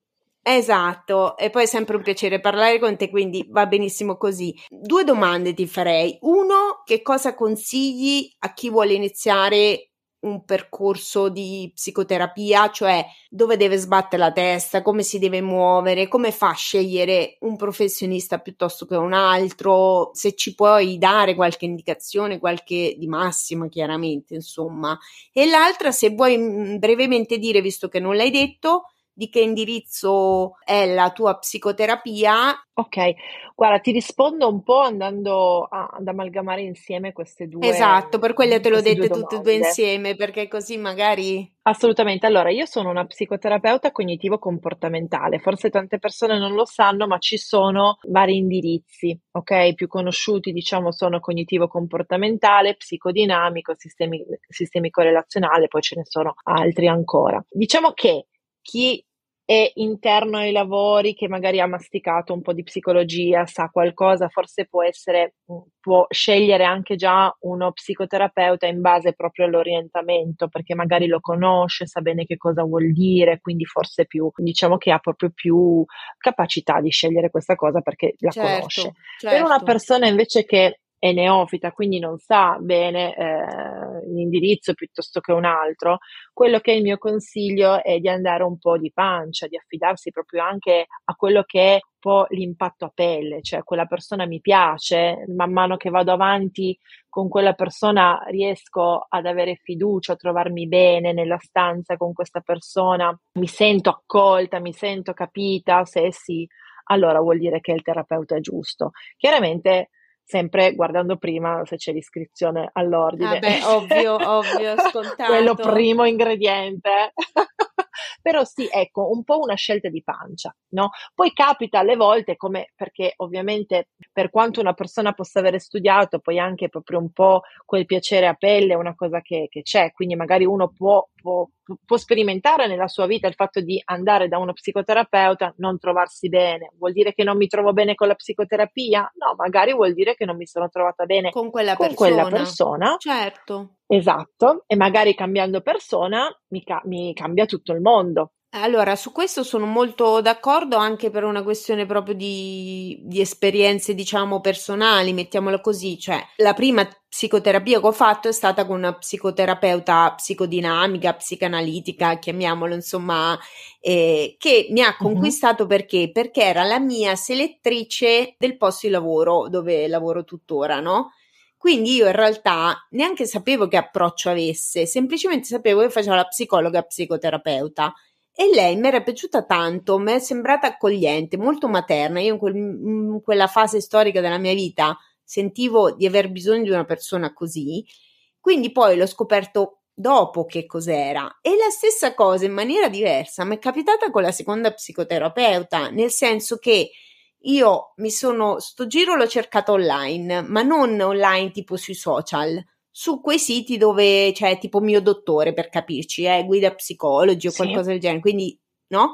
esatto, e poi è sempre un piacere parlare con te, quindi va benissimo così. Due domande ti farei. Uno, che cosa consigli a chi vuole iniziare un percorso di psicoterapia, cioè dove deve sbattere la testa, come si deve muovere, come fa a scegliere un professionista piuttosto che un altro, se ci puoi dare qualche indicazione, qualche di massima chiaramente, insomma. E l'altra, se vuoi mh, brevemente dire, visto che non l'hai detto, di che indirizzo è la tua psicoterapia. Ok, guarda, ti rispondo un po' andando a, ad amalgamare insieme queste Esatto, due, per quello te l'ho queste due dette tutte e due domande. insieme, perché così magari... Assolutamente. Allora, io sono una psicoterapeuta cognitivo-comportamentale. Forse tante persone non lo sanno, ma ci sono vari indirizzi, ok? Più conosciuti, diciamo, sono cognitivo-comportamentale, psicodinamico, sistemi- sistemico-relazionale, poi ce ne sono altri ancora. Diciamo che chi è interno ai lavori, che magari ha masticato un po' di psicologia, sa qualcosa, forse può essere, può scegliere anche già uno psicoterapeuta in base proprio all'orientamento, perché magari lo conosce, sa bene che cosa vuol dire, quindi forse più, diciamo che ha proprio più capacità di scegliere questa cosa perché la conosce. Certo, Per una certo. persona invece che è neofita, quindi non sa bene eh, l'indirizzo piuttosto che un altro, quello che è il mio consiglio è di andare un po' di pancia, di affidarsi proprio anche a quello che è un po' l'impatto a pelle, cioè quella persona mi piace, man mano che vado avanti con quella persona riesco ad avere fiducia, a trovarmi bene nella stanza con questa persona, mi sento accolta, mi sento capita, se sì, allora vuol dire che il terapeuta è giusto. Chiaramente sempre guardando prima se c'è l'iscrizione all'ordine, Vabbè, ovvio, ovvio, quello scontato. primo ingrediente. Però sì, ecco, un po' una scelta di pancia, no? Poi capita alle volte, come perché ovviamente per quanto una persona possa avere studiato, poi anche proprio un po' quel piacere a pelle è una cosa che, che c'è, quindi magari uno può, può, può sperimentare nella sua vita il fatto di andare da uno psicoterapeuta, non trovarsi bene. Vuol dire che non mi trovo bene con la psicoterapia? No, magari vuol dire che non mi sono trovata bene Con quella con quella persona. persona. Certo. Esatto, e magari cambiando persona mi, ca- mi cambia tutto il mondo. Allora, su questo sono molto d'accordo anche per una questione proprio di, di esperienze, diciamo, personali, mettiamola così. Cioè, la prima psicoterapia che ho fatto è stata con una psicoterapeuta psicodinamica, psicanalitica, chiamiamolo, insomma, eh, che mi ha Mhm. conquistato perché? Perché era la mia selettrice del posto di lavoro dove lavoro tuttora, no? Quindi io in realtà neanche sapevo che approccio avesse, semplicemente sapevo che faceva la psicologa psicoterapeuta. E lei mi era piaciuta tanto, mi è sembrata accogliente, molto materna. Io in, quel- in quella fase storica della mia vita sentivo di aver bisogno di una persona così, quindi poi l'ho scoperto dopo che cos'era. E la stessa cosa in maniera diversa mi è capitata con la seconda psicoterapeuta, nel senso che io mi sono, sto giro l'ho cercato online, ma non online tipo sui social, su quei siti dove c'è tipo Mio Dottore, per capirci, eh, guida psicologi o Sì. qualcosa del genere, quindi no?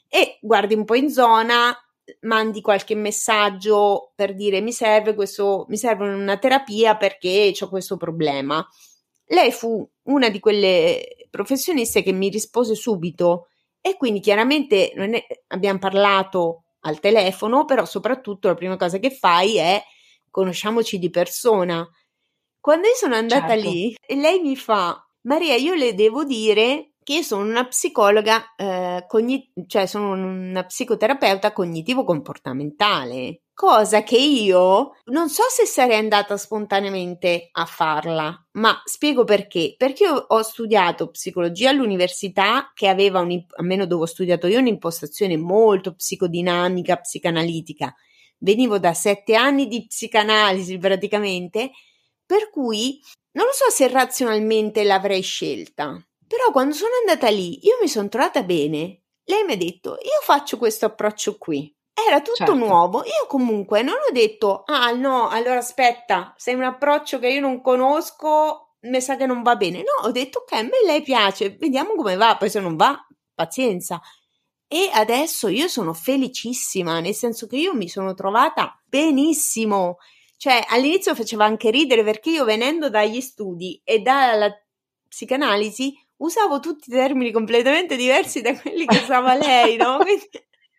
E guardi un po' in zona, mandi qualche messaggio per dire mi serve questo, mi serve una terapia perché ho questo problema. Lei fu una di quelle professioniste che mi rispose subito e quindi chiaramente non è, abbiamo parlato al telefono, però soprattutto la prima cosa che fai è conosciamoci di persona. Quando io sono andata Certo. lì, lei mi fa: Maria, io le devo dire che io sono una psicologa, eh, cogni- cioè sono una psicoterapeuta cognitivo-comportamentale, cosa che io non so se sarei andata spontaneamente a farla, ma spiego perché. Perché io ho studiato psicologia all'università, che aveva, un, almeno dove ho studiato io, un'impostazione molto psicodinamica, psicanalitica. Venivo da sette anni di psicanalisi praticamente, per cui non lo so se razionalmente l'avrei scelta. Però quando sono andata lì, io mi sono trovata bene. Lei mi ha detto, io faccio questo approccio qui. Era tutto Certo. nuovo. Io comunque non ho detto, ah no, allora aspetta, sei un approccio che io non conosco, mi sa che non va bene. No, ho detto, ok, a me lei piace, vediamo come va, poi se non va, pazienza. E adesso io sono felicissima, nel senso che io mi sono trovata benissimo. Cioè, all'inizio faceva anche ridere perché io venendo dagli studi e dalla psicanalisi usavo tutti termini completamente diversi da quelli che usava lei, no? Quindi,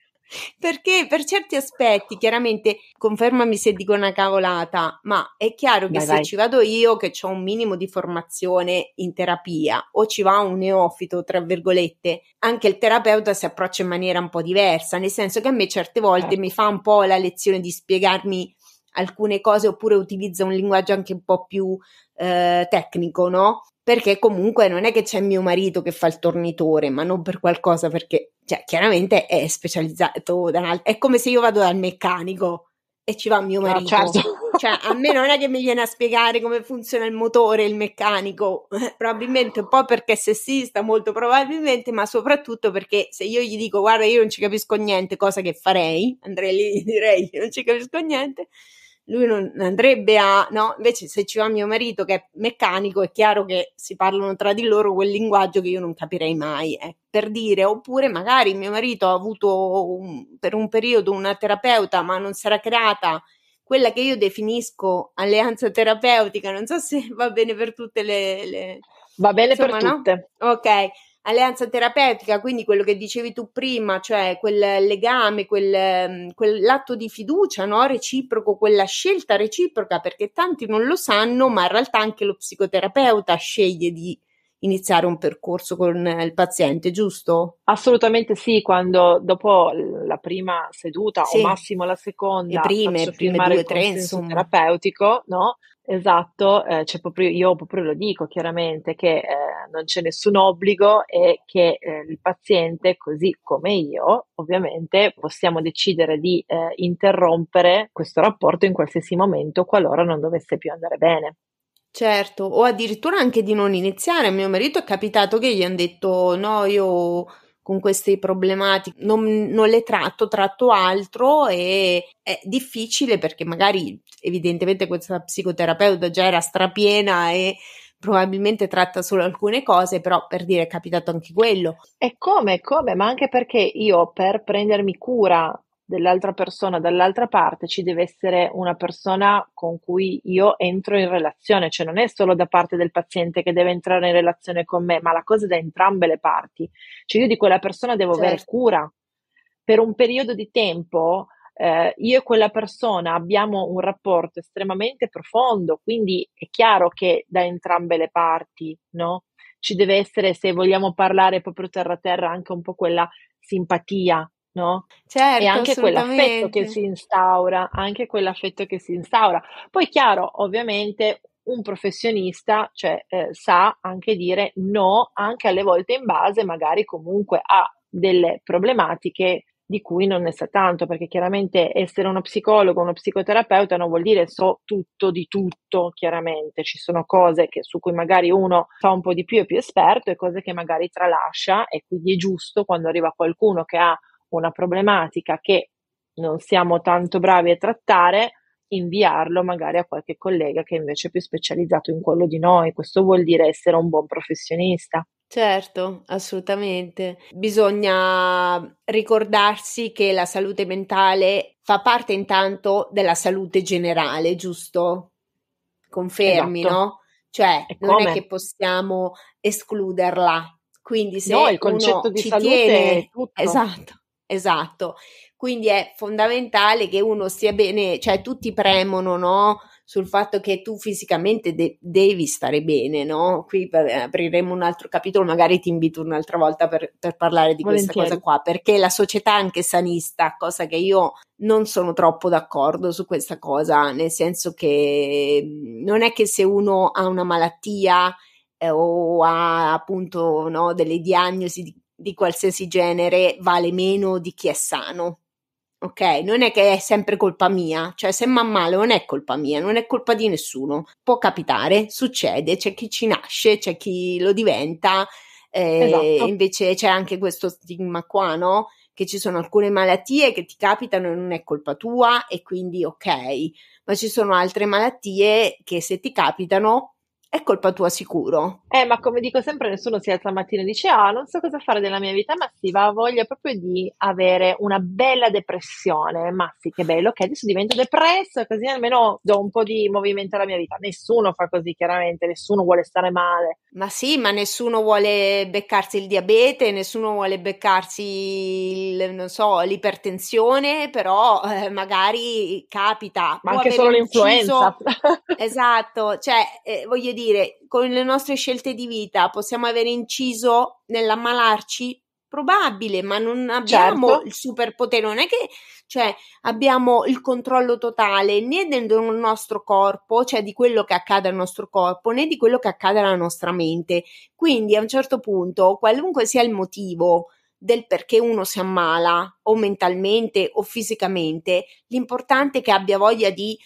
perché per certi aspetti, chiaramente, confermami se dico una cavolata, ma è chiaro che Vai, se vai. ci vado io che ho un minimo di formazione in terapia o ci va un neofito, tra virgolette, anche il terapeuta si approccia in maniera un po' diversa, nel senso che a me certe volte Certo. mi fa un po' la lezione di spiegarmi alcune cose oppure utilizza un linguaggio anche un po' più eh, tecnico, no? Perché comunque non è che c'è mio marito che fa il tornitore, ma non per qualcosa, perché cioè, chiaramente è specializzato da un altro. È come se io vado dal meccanico e ci va mio No, marito. certo. Cioè, a me non è che mi viene a spiegare come funziona il motore, il meccanico, probabilmente un po' perché è sessista, molto probabilmente, ma soprattutto perché se io gli dico guarda io non ci capisco niente, cosa che farei, andrei lì e direi non ci capisco niente, lui non andrebbe a, no, invece se ci va mio marito che è meccanico è chiaro che si parlano tra di loro quel linguaggio che io non capirei mai, eh, per dire, oppure magari mio marito ha avuto un, per un periodo una terapeuta ma non si era creata quella che io definisco alleanza terapeutica, non so se va bene per tutte le, le... Va bene per insomma, no? tutte. Ok, alleanza terapeutica, quindi quello che dicevi tu prima, cioè quel legame, quel, quell'atto di fiducia, no? Reciproco, quella scelta reciproca, perché tanti non lo sanno, ma in realtà anche lo psicoterapeuta sceglie di iniziare un percorso con il paziente, giusto? Assolutamente sì, quando dopo la prima seduta o Sì, massimo la le seconda prime, faccio prime firmare due, il tre, consenso insomma. terapeutico, no? Esatto, eh, c'è proprio, io proprio lo dico chiaramente che eh, non c'è nessun obbligo e che eh, il paziente, così come io, ovviamente possiamo decidere di eh, interrompere questo rapporto in qualsiasi momento qualora non dovesse più andare bene. Certo, o addirittura anche di non iniziare. A mio marito è capitato che gli hanno detto no, io con queste problematiche non, non le tratto, tratto altro e è difficile perché magari evidentemente questa psicoterapeuta già era strapiena e probabilmente tratta solo alcune cose, però per dire è capitato anche quello. E come, come, ma anche perché io per prendermi cura dell'altra persona dall'altra parte ci deve essere una persona con cui io entro in relazione, cioè non è solo da parte del paziente che deve entrare in relazione con me, ma la cosa è da entrambe le parti. Cioè io di quella persona devo avere Certo, cura per un periodo di tempo. Eh, io e quella persona abbiamo un rapporto estremamente profondo, quindi è chiaro che da entrambe le parti, no? Ci deve essere, se vogliamo parlare proprio terra a terra, anche un po' quella simpatia, no? E certo, anche quell'affetto che assolutamente. si instaura, anche quell'affetto che si instaura. Poi, chiaro, ovviamente un professionista, cioè, eh, sa anche dire no, anche alle volte in base magari comunque a delle problematiche di cui non ne sa tanto, perché chiaramente essere uno psicologo, uno psicoterapeuta non vuol dire so tutto di tutto, chiaramente ci sono cose che, su cui magari uno fa un po' di più e più esperto e cose che magari tralascia e quindi è giusto quando arriva qualcuno che ha una problematica che non siamo tanto bravi a trattare, inviarlo magari a qualche collega che invece è più specializzato in quello di noi. Questo vuol dire essere un buon professionista. Certo, assolutamente. Bisogna ricordarsi che la salute mentale fa parte intanto della salute generale, giusto? Confermi, Esatto. no? Cioè, E non è che come? possiamo escluderla. Quindi No, se il concetto uno di ci salute è tiene, tutto. esatto, esatto. Quindi è fondamentale che uno stia bene, cioè tutti premono, no? sul fatto che tu fisicamente de- devi stare bene, no? Qui vabbè, apriremo un altro capitolo, magari ti invito un'altra volta per, per parlare di questa Volentieri. cosa qua, perché la società è anche sanista, cosa che io non sono troppo d'accordo su questa cosa, nel senso che non è che se uno ha una malattia eh, o ha appunto, no, delle diagnosi di, di qualsiasi genere vale meno di chi è sano. Ok, non è che è sempre colpa mia, cioè se mi ammalo non è colpa mia, non è colpa di nessuno, può capitare, succede, c'è chi ci nasce, c'è chi lo diventa, eh, Esatto. invece c'è anche questo stigma qua, no? Che ci sono alcune malattie che ti capitano e non è colpa tua e quindi ok, ma ci sono altre malattie che se ti capitano è colpa tua sicuro. Eh, ma come dico sempre, nessuno si alza al mattino e dice: Ah, non so cosa fare della mia vita, ma sì, va voglia proprio di avere una bella depressione. Ma sì, che bello, ok, adesso divento depresso, così almeno do un po' di movimento alla mia vita. Nessuno fa così, chiaramente, nessuno vuole stare male. Ma sì, ma nessuno vuole beccarsi il diabete, nessuno vuole beccarsi il, non so, l'ipertensione, però eh, magari capita, Ma può anche avere solo l'influenza. inciso. Esatto, cioè eh, voglio dire, con le nostre scelte di vita possiamo avere inciso nell'ammalarci? Probabile, ma non abbiamo Certo. il superpotere, non è che cioè abbiamo il controllo totale né del nostro corpo, cioè di quello che accade al nostro corpo, né di quello che accade alla nostra mente. Quindi a un certo punto, qualunque sia il motivo del perché uno si ammala, o mentalmente o fisicamente, l'importante è che abbia voglia di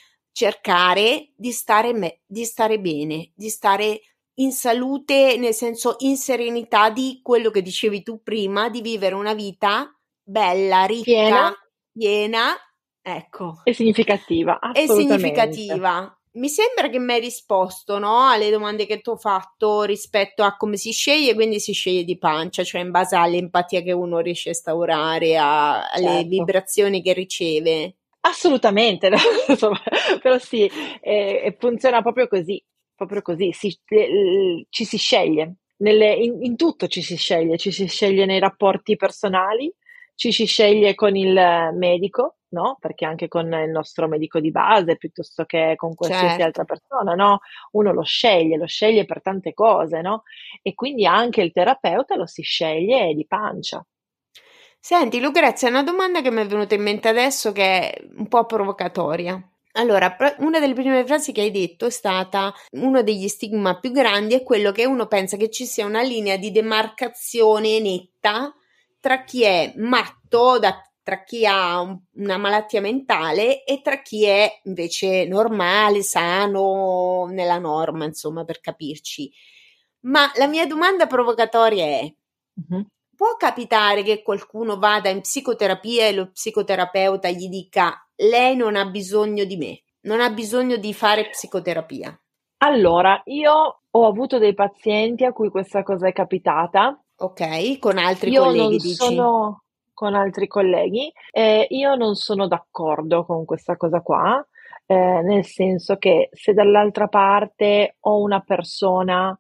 cercare di stare, me- di stare bene, di stare in salute, nel senso in serenità di quello che dicevi tu prima, di vivere una vita bella, Piena ricca, piena, ecco, e significativa, e assolutamente. significativa. Mi sembra che mi hai risposto, no, alle domande che ti ho fatto rispetto a come si sceglie, quindi si sceglie di pancia, cioè in base all'empatia che uno riesce a instaurare, a- alle Certo. vibrazioni che riceve. Assolutamente, no? Insomma, però sì, eh, e funziona proprio così, proprio così, si- le- ci si sceglie, nelle- in, in tutto ci si sceglie, ci si sceglie nei rapporti personali, ci si sceglie con il medico, no? Perché anche con il nostro medico di base, piuttosto che con qualsiasi altra Certo. persona, no? Uno lo sceglie, lo sceglie per tante cose, no? E quindi anche il terapeuta lo si sceglie di pancia. Senti, Lucrezia, una domanda che mi è venuta in mente adesso che è un po' provocatoria. Allora, pr- una delle prime frasi che hai detto è stata: uno degli stigma più grandi è quello che uno pensa che ci sia una linea di demarcazione netta tra chi è matto, da- tra chi ha un- una malattia mentale e tra chi è invece normale, sano, nella norma, insomma, per capirci. Ma la mia domanda provocatoria è: Mhm. può capitare che qualcuno vada in psicoterapia e lo psicoterapeuta gli dica: lei non ha bisogno di me, non ha bisogno di fare psicoterapia? Allora, io ho avuto dei pazienti a cui questa cosa è capitata. Ok, con altri Io non colleghi dici? sono con altri colleghi, eh, io non sono d'accordo con questa cosa qua, eh, nel senso che se dall'altra parte ho una persona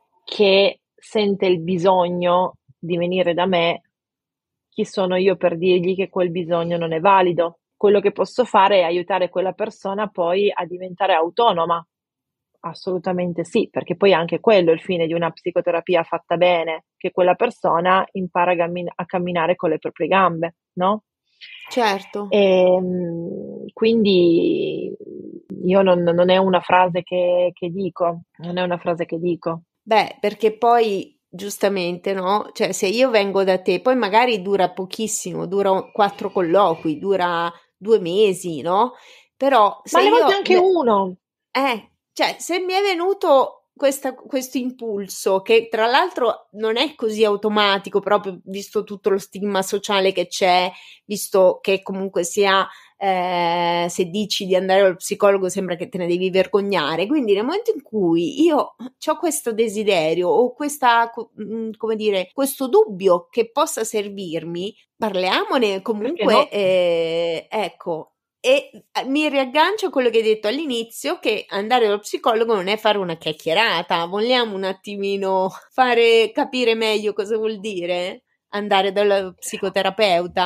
che sente il bisogno di venire da me, chi sono io per dirgli che quel bisogno non è valido? Quello che posso fare è aiutare quella persona poi a diventare autonoma. Assolutamente sì, perché poi anche quello è il fine di una psicoterapia fatta bene, che quella persona impara a, gammin- a camminare con le proprie gambe, no? Certo. E, quindi io non, non è una frase che, che dico, non è una frase che dico. Beh, perché poi giustamente, no? Cioè, se io vengo da te, poi magari dura pochissimo, dura quattro colloqui, dura due mesi, no? Però Ma se alle volte io anche uno. Eh, cioè, se mi è venuto questa- questo impulso, che tra l'altro non è così automatico, proprio visto tutto lo stigma sociale che c'è, visto che comunque sia, eh, se dici di andare allo psicologo sembra che te ne devi vergognare. Quindi nel momento in cui io ho questo desiderio o questa, co- mm, come dire, questo dubbio che possa servirmi, parliamone Perché comunque, no? eh, ecco. E eh, mi riaggancio a quello che hai detto all'inizio, che andare dallo psicologo non è fare una chiacchierata. Vogliamo un attimino fare capire meglio cosa vuol dire andare dallo psicoterapeuta?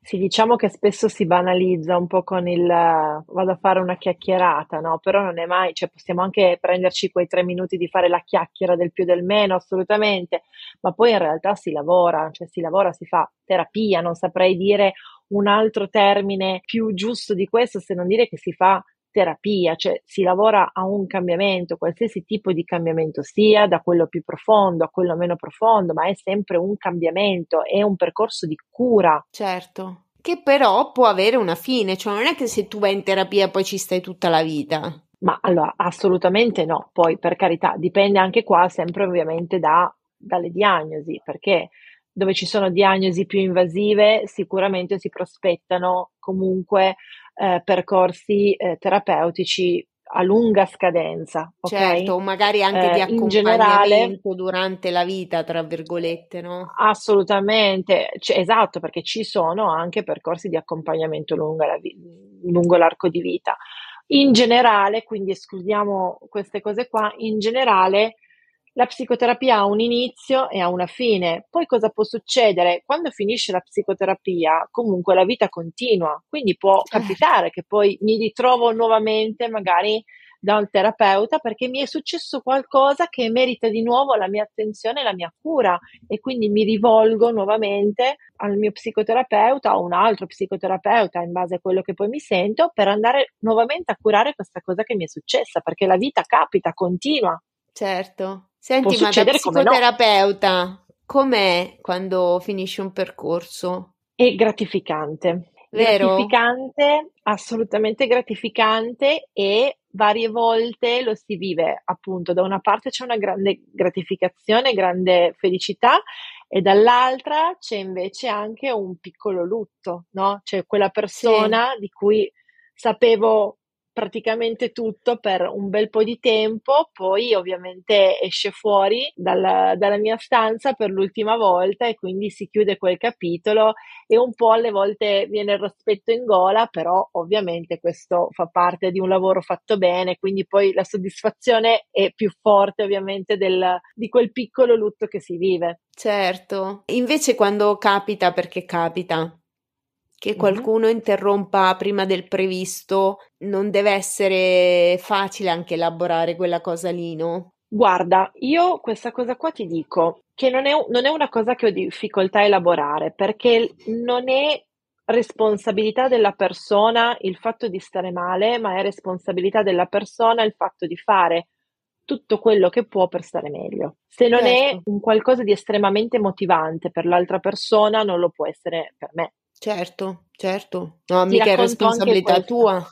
Sì, diciamo che spesso si banalizza un po' con il vado a fare una chiacchierata, no? Però non è mai, cioè possiamo anche prenderci quei tre minuti di fare la chiacchiera del più del meno, assolutamente, ma poi in realtà si lavora, cioè si lavora, si fa terapia, non saprei dire un altro termine più giusto di questo se non dire che si fa terapia, cioè si lavora a un cambiamento, qualsiasi tipo di cambiamento sia, da quello più profondo a quello meno profondo, ma è sempre un cambiamento, è un percorso di cura. Certo, che però può avere una fine, cioè non è che se tu vai in terapia poi ci stai tutta la vita. Ma allora, assolutamente no, poi per carità, dipende anche qua sempre ovviamente da, dalle diagnosi, perché dove ci sono diagnosi più invasive sicuramente si prospettano comunque eh, percorsi eh, terapeutici a lunga scadenza, ok? Certo, o magari anche di Eh, in generale, accompagnamento durante la vita, tra virgolette, no? assolutamente, c- esatto, perché ci sono anche percorsi di accompagnamento lungo, la vi- lungo l'arco di vita. In generale, quindi escludiamo queste cose qua, in generale la psicoterapia ha un inizio e ha una fine. Poi cosa può succedere? Quando finisce la psicoterapia, comunque la vita continua, quindi può Certo. capitare che poi mi ritrovo nuovamente magari da un terapeuta perché mi è successo qualcosa che merita di nuovo la mia attenzione e la mia cura e quindi mi rivolgo nuovamente al mio psicoterapeuta o un altro psicoterapeuta in base a quello che poi mi sento per andare nuovamente a curare questa cosa che mi è successa perché la vita capita, continua. Certo. Può Senti, ma da succedere come no. psicoterapeuta, com'è quando finisce un percorso? È gratificante, Vero? gratificante, assolutamente gratificante e varie volte lo si vive appunto da una parte c'è una grande gratificazione, grande felicità e dall'altra c'è invece anche un piccolo lutto, no? C'è quella Sì. persona di cui sapevo praticamente tutto per un bel po' di tempo, poi ovviamente esce fuori dalla, dalla mia stanza per l'ultima volta e quindi si chiude quel capitolo e un po' alle volte viene il rospetto in gola, però ovviamente questo fa parte di un lavoro fatto bene, quindi poi la soddisfazione è più forte ovviamente del, di quel piccolo lutto che si vive. Certo. Invece quando capita, perché capita, che Mhm. qualcuno interrompa prima del previsto, non deve essere facile anche elaborare quella cosa lì, no? Guarda, io questa cosa qua ti dico che non è, non è una cosa che ho difficoltà a elaborare perché non è responsabilità della persona il fatto di stare male, ma è responsabilità della persona il fatto di fare tutto quello che può per stare meglio. Se non è Certo. un qualcosa di estremamente motivante per l'altra persona, non lo può essere per me. Certo, certo. No, Ti mica è racconto anche responsabilità questa. tua.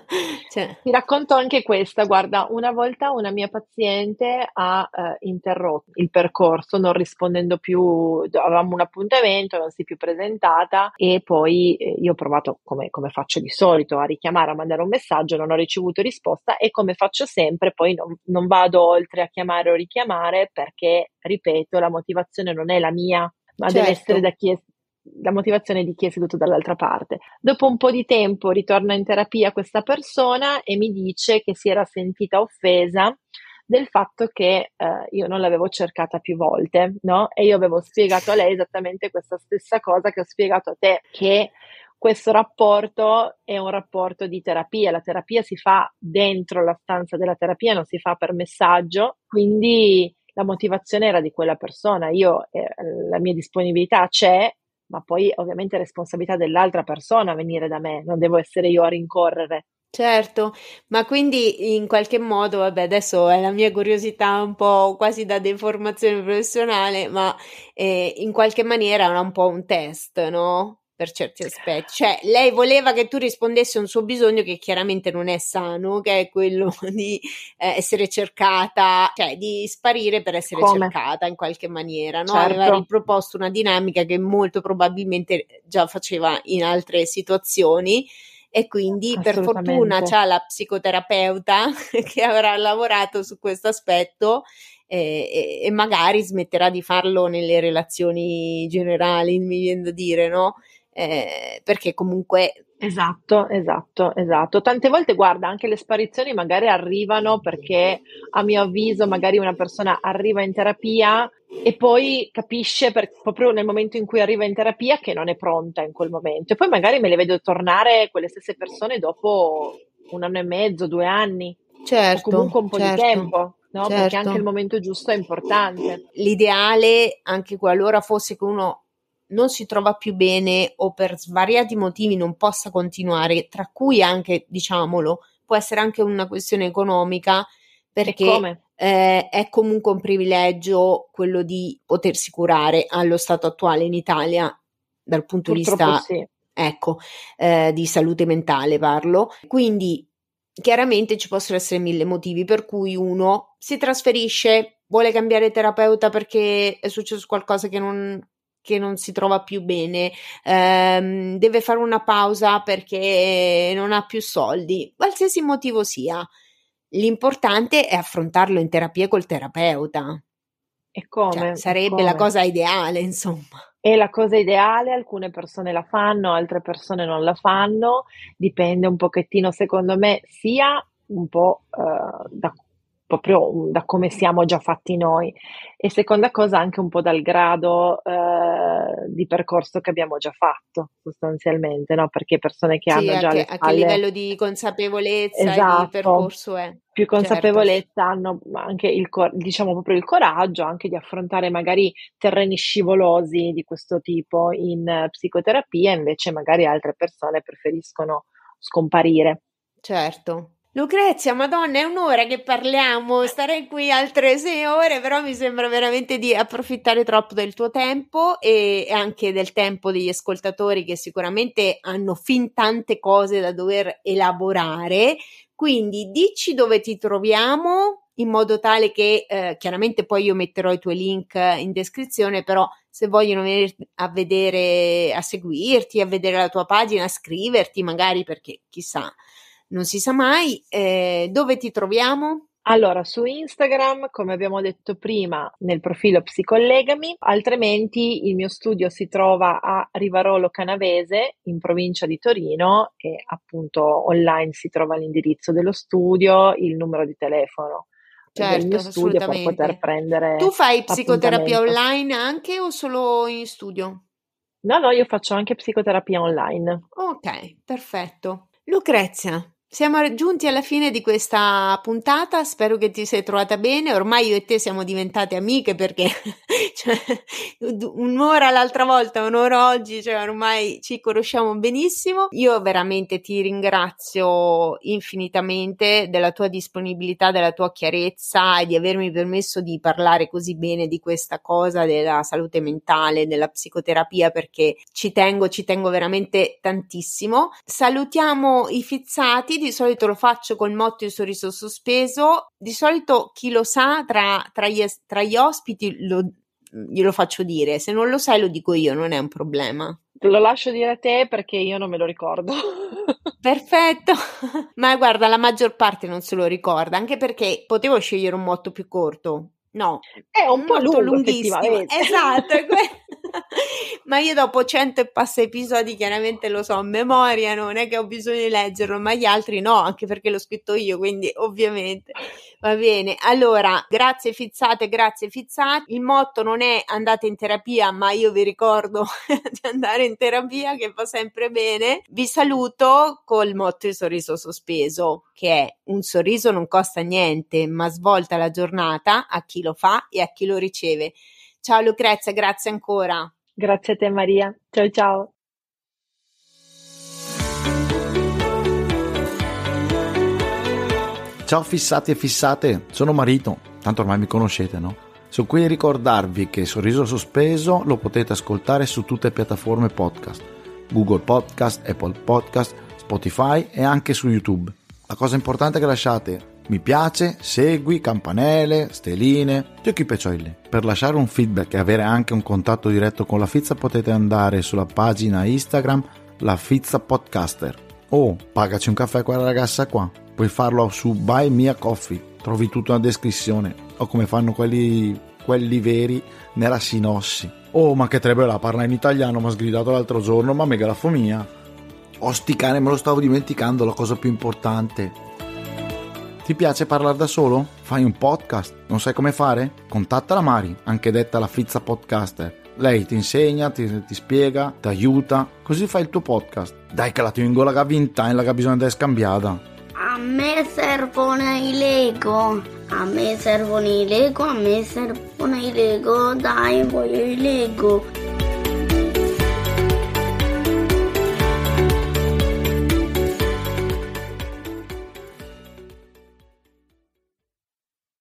Cioè, Ti racconto anche questa, guarda, una volta una mia paziente ha eh, interrotto il percorso non rispondendo più, avevamo un appuntamento, non si è più presentata e poi eh, io ho provato come, come faccio di solito a richiamare, a mandare un messaggio, non ho ricevuto risposta e come faccio sempre poi non, non vado oltre a chiamare o richiamare perché, ripeto, la motivazione non è la mia, ma deve essere certo. da chi è, la motivazione di chi è seduto dall'altra parte. Dopo un po' di tempo ritorna in terapia questa persona e mi dice che si era sentita offesa del fatto che eh, io non l'avevo cercata più volte, no? E io avevo spiegato a lei esattamente questa stessa cosa che ho spiegato a te, che questo rapporto è un rapporto di terapia, la terapia si fa dentro la stanza della terapia, non si fa per messaggio, quindi la motivazione era di quella persona, io eh, la mia disponibilità c'è, ma poi ovviamente è responsabilità dell'altra persona venire da me, non devo essere io a rincorrere. Certo, ma quindi in qualche modo, vabbè, adesso è la mia curiosità un po' quasi da deformazione professionale, ma eh, in qualche maniera era un po' un test, no? Per certi aspetti. Cioè, lei voleva che tu rispondessi a un suo bisogno che chiaramente non è sano, che è quello di eh, essere cercata, cioè di sparire per essere Come? cercata in qualche maniera, no? Aveva Certo, riproposto una dinamica che molto probabilmente già faceva in altre situazioni e quindi per fortuna assolutamente. c'ha la psicoterapeuta che avrà lavorato su questo aspetto e, e, e magari smetterà di farlo nelle relazioni generali, mi viene da dire, no? Eh, perché comunque Esatto, esatto, esatto. Tante volte, guarda, anche le sparizioni magari arrivano perché, a mio avviso, magari una persona arriva in terapia e poi capisce per, proprio nel momento in cui arriva in terapia che non è pronta in quel momento, e poi magari me le vedo tornare quelle stesse persone dopo un anno e mezzo, due anni, certo, o comunque un po' certo, di tempo, no? certo. Perché anche il momento giusto è importante. L'ideale, anche qualora fosse che uno non si trova più bene o per svariati motivi non possa continuare, tra cui anche, diciamolo, può essere anche una questione economica, perché E come? Eh, è comunque un privilegio quello di potersi curare allo stato attuale in Italia dal punto Purtroppo di vista, sì. ecco, eh, di salute mentale parlo. Quindi chiaramente ci possono essere mille motivi per cui uno si trasferisce, vuole cambiare terapeuta perché è successo qualcosa che non, che non si trova più bene, ehm, deve fare una pausa perché non ha più soldi, qualsiasi motivo sia. L'importante è affrontarlo in terapia col terapeuta. E come? Cioè, sarebbe come? la cosa ideale, insomma. È la cosa ideale, alcune persone la fanno, altre persone non la fanno, dipende un pochettino, secondo me, sia un po' eh, da, proprio da come siamo già fatti noi, e seconda cosa anche un po' dal grado eh, di percorso che abbiamo già fatto, sostanzialmente, no? Perché persone che Sì, hanno a già che, alle a che spalle... livello di consapevolezza e di Esatto, percorso è. più Certo. consapevolezza hanno anche il, cor- diciamo proprio il coraggio anche di affrontare magari terreni scivolosi di questo tipo in eh, psicoterapia, invece magari altre persone preferiscono scomparire. Certo. Lucrezia, Madonna, è un'ora che parliamo, starei qui altre sei ore, però mi sembra veramente di approfittare troppo del tuo tempo e anche del tempo degli ascoltatori che sicuramente hanno fin tante cose da dover elaborare. Quindi dici dove ti troviamo in modo tale che eh, chiaramente poi io metterò i tuoi link in descrizione, però se vogliono venire a vedere, a seguirti, a vedere la tua pagina, a scriverti magari, perché chissà, non si sa mai, eh, dove ti troviamo? Allora, su Instagram, come abbiamo detto prima, nel profilo Psicollegami, altrimenti il mio studio si trova a Rivarolo Canavese, in provincia di Torino, e appunto online si trova l'indirizzo dello studio, il numero di telefono Certo, del mio studio per poter assolutamente. prendere Tu fai psicoterapia appuntamento. online anche o solo in studio? No, no, io faccio anche psicoterapia online. Ok, perfetto. Lucrezia, siamo giunti alla fine di questa puntata, spero che ti sei trovata bene, ormai io e te siamo diventate amiche perché cioè, un'ora l'altra volta, un'ora oggi, cioè ormai ci conosciamo benissimo. Io veramente ti ringrazio infinitamente della tua disponibilità, della tua chiarezza e di avermi permesso di parlare così bene di questa cosa della salute mentale, della psicoterapia, perché ci tengo, ci tengo veramente tantissimo. Salutiamo i fizzati, di solito lo faccio col motto il sorriso sospeso, di solito chi lo sa tra, tra, gli, tra gli ospiti lo, glielo faccio dire, se non lo sai lo dico io, non è un problema. Te lo lascio dire a te perché io non me lo ricordo. Perfetto, ma guarda, la maggior parte non se lo ricorda, anche perché potevo scegliere un motto più corto. No, è un, un po' motto lungo, lunghissimo, effettivamente. esatto, è que- ma io dopo cento e passa episodi chiaramente lo so a memoria, non è che ho bisogno di leggerlo, ma gli altri no, anche perché l'ho scritto io, quindi ovviamente va bene. Allora, grazie fizzate, grazie fizzati, il motto non è andate in terapia, ma io vi ricordo di andare in terapia che fa sempre bene. Vi saluto col motto il sorriso sospeso, che è un sorriso non costa niente, ma svolta la giornata a chi lo fa e a chi lo riceve. Ciao Lucrezia, grazie ancora. Grazie a te Maria, ciao ciao. Ciao fissati e fissate, sono Marito, tanto ormai mi conoscete, no? Sono qui a ricordarvi che Sorriso Sospeso lo potete ascoltare su tutte le piattaforme podcast, Google Podcast, Apple Podcast, Spotify e anche su YouTube. La cosa importante è che lasciate mi piace, segui, campanelle, steline, giochi peccioli. Per lasciare un feedback e avere anche un contatto diretto con la Fizza potete andare sulla pagina Instagram La Fizza Podcaster o pagaci un caffè a quella ragazza qua. Puoi farlo su Buy Me a Coffee, trovi tutto nella descrizione, o come fanno quelli, quelli veri nella sinossi. Oh, ma che trebella, parla in italiano, mi ha sgridato l'altro giorno, ma mega la fomia. Oh sti cane, me lo stavo dimenticando, la cosa più importante. Ti piace parlare da solo? Fai un podcast? Non sai come fare? Contatta la Mari, anche detta la Fizza Podcaster. Lei ti insegna, ti, ti spiega, ti aiuta, così fai il tuo podcast. Dai che la tengo la vinta e la che bisogna di scambiata. A me servono i Lego, a me servono i Lego, a me servono i Lego, dai voglio i Lego.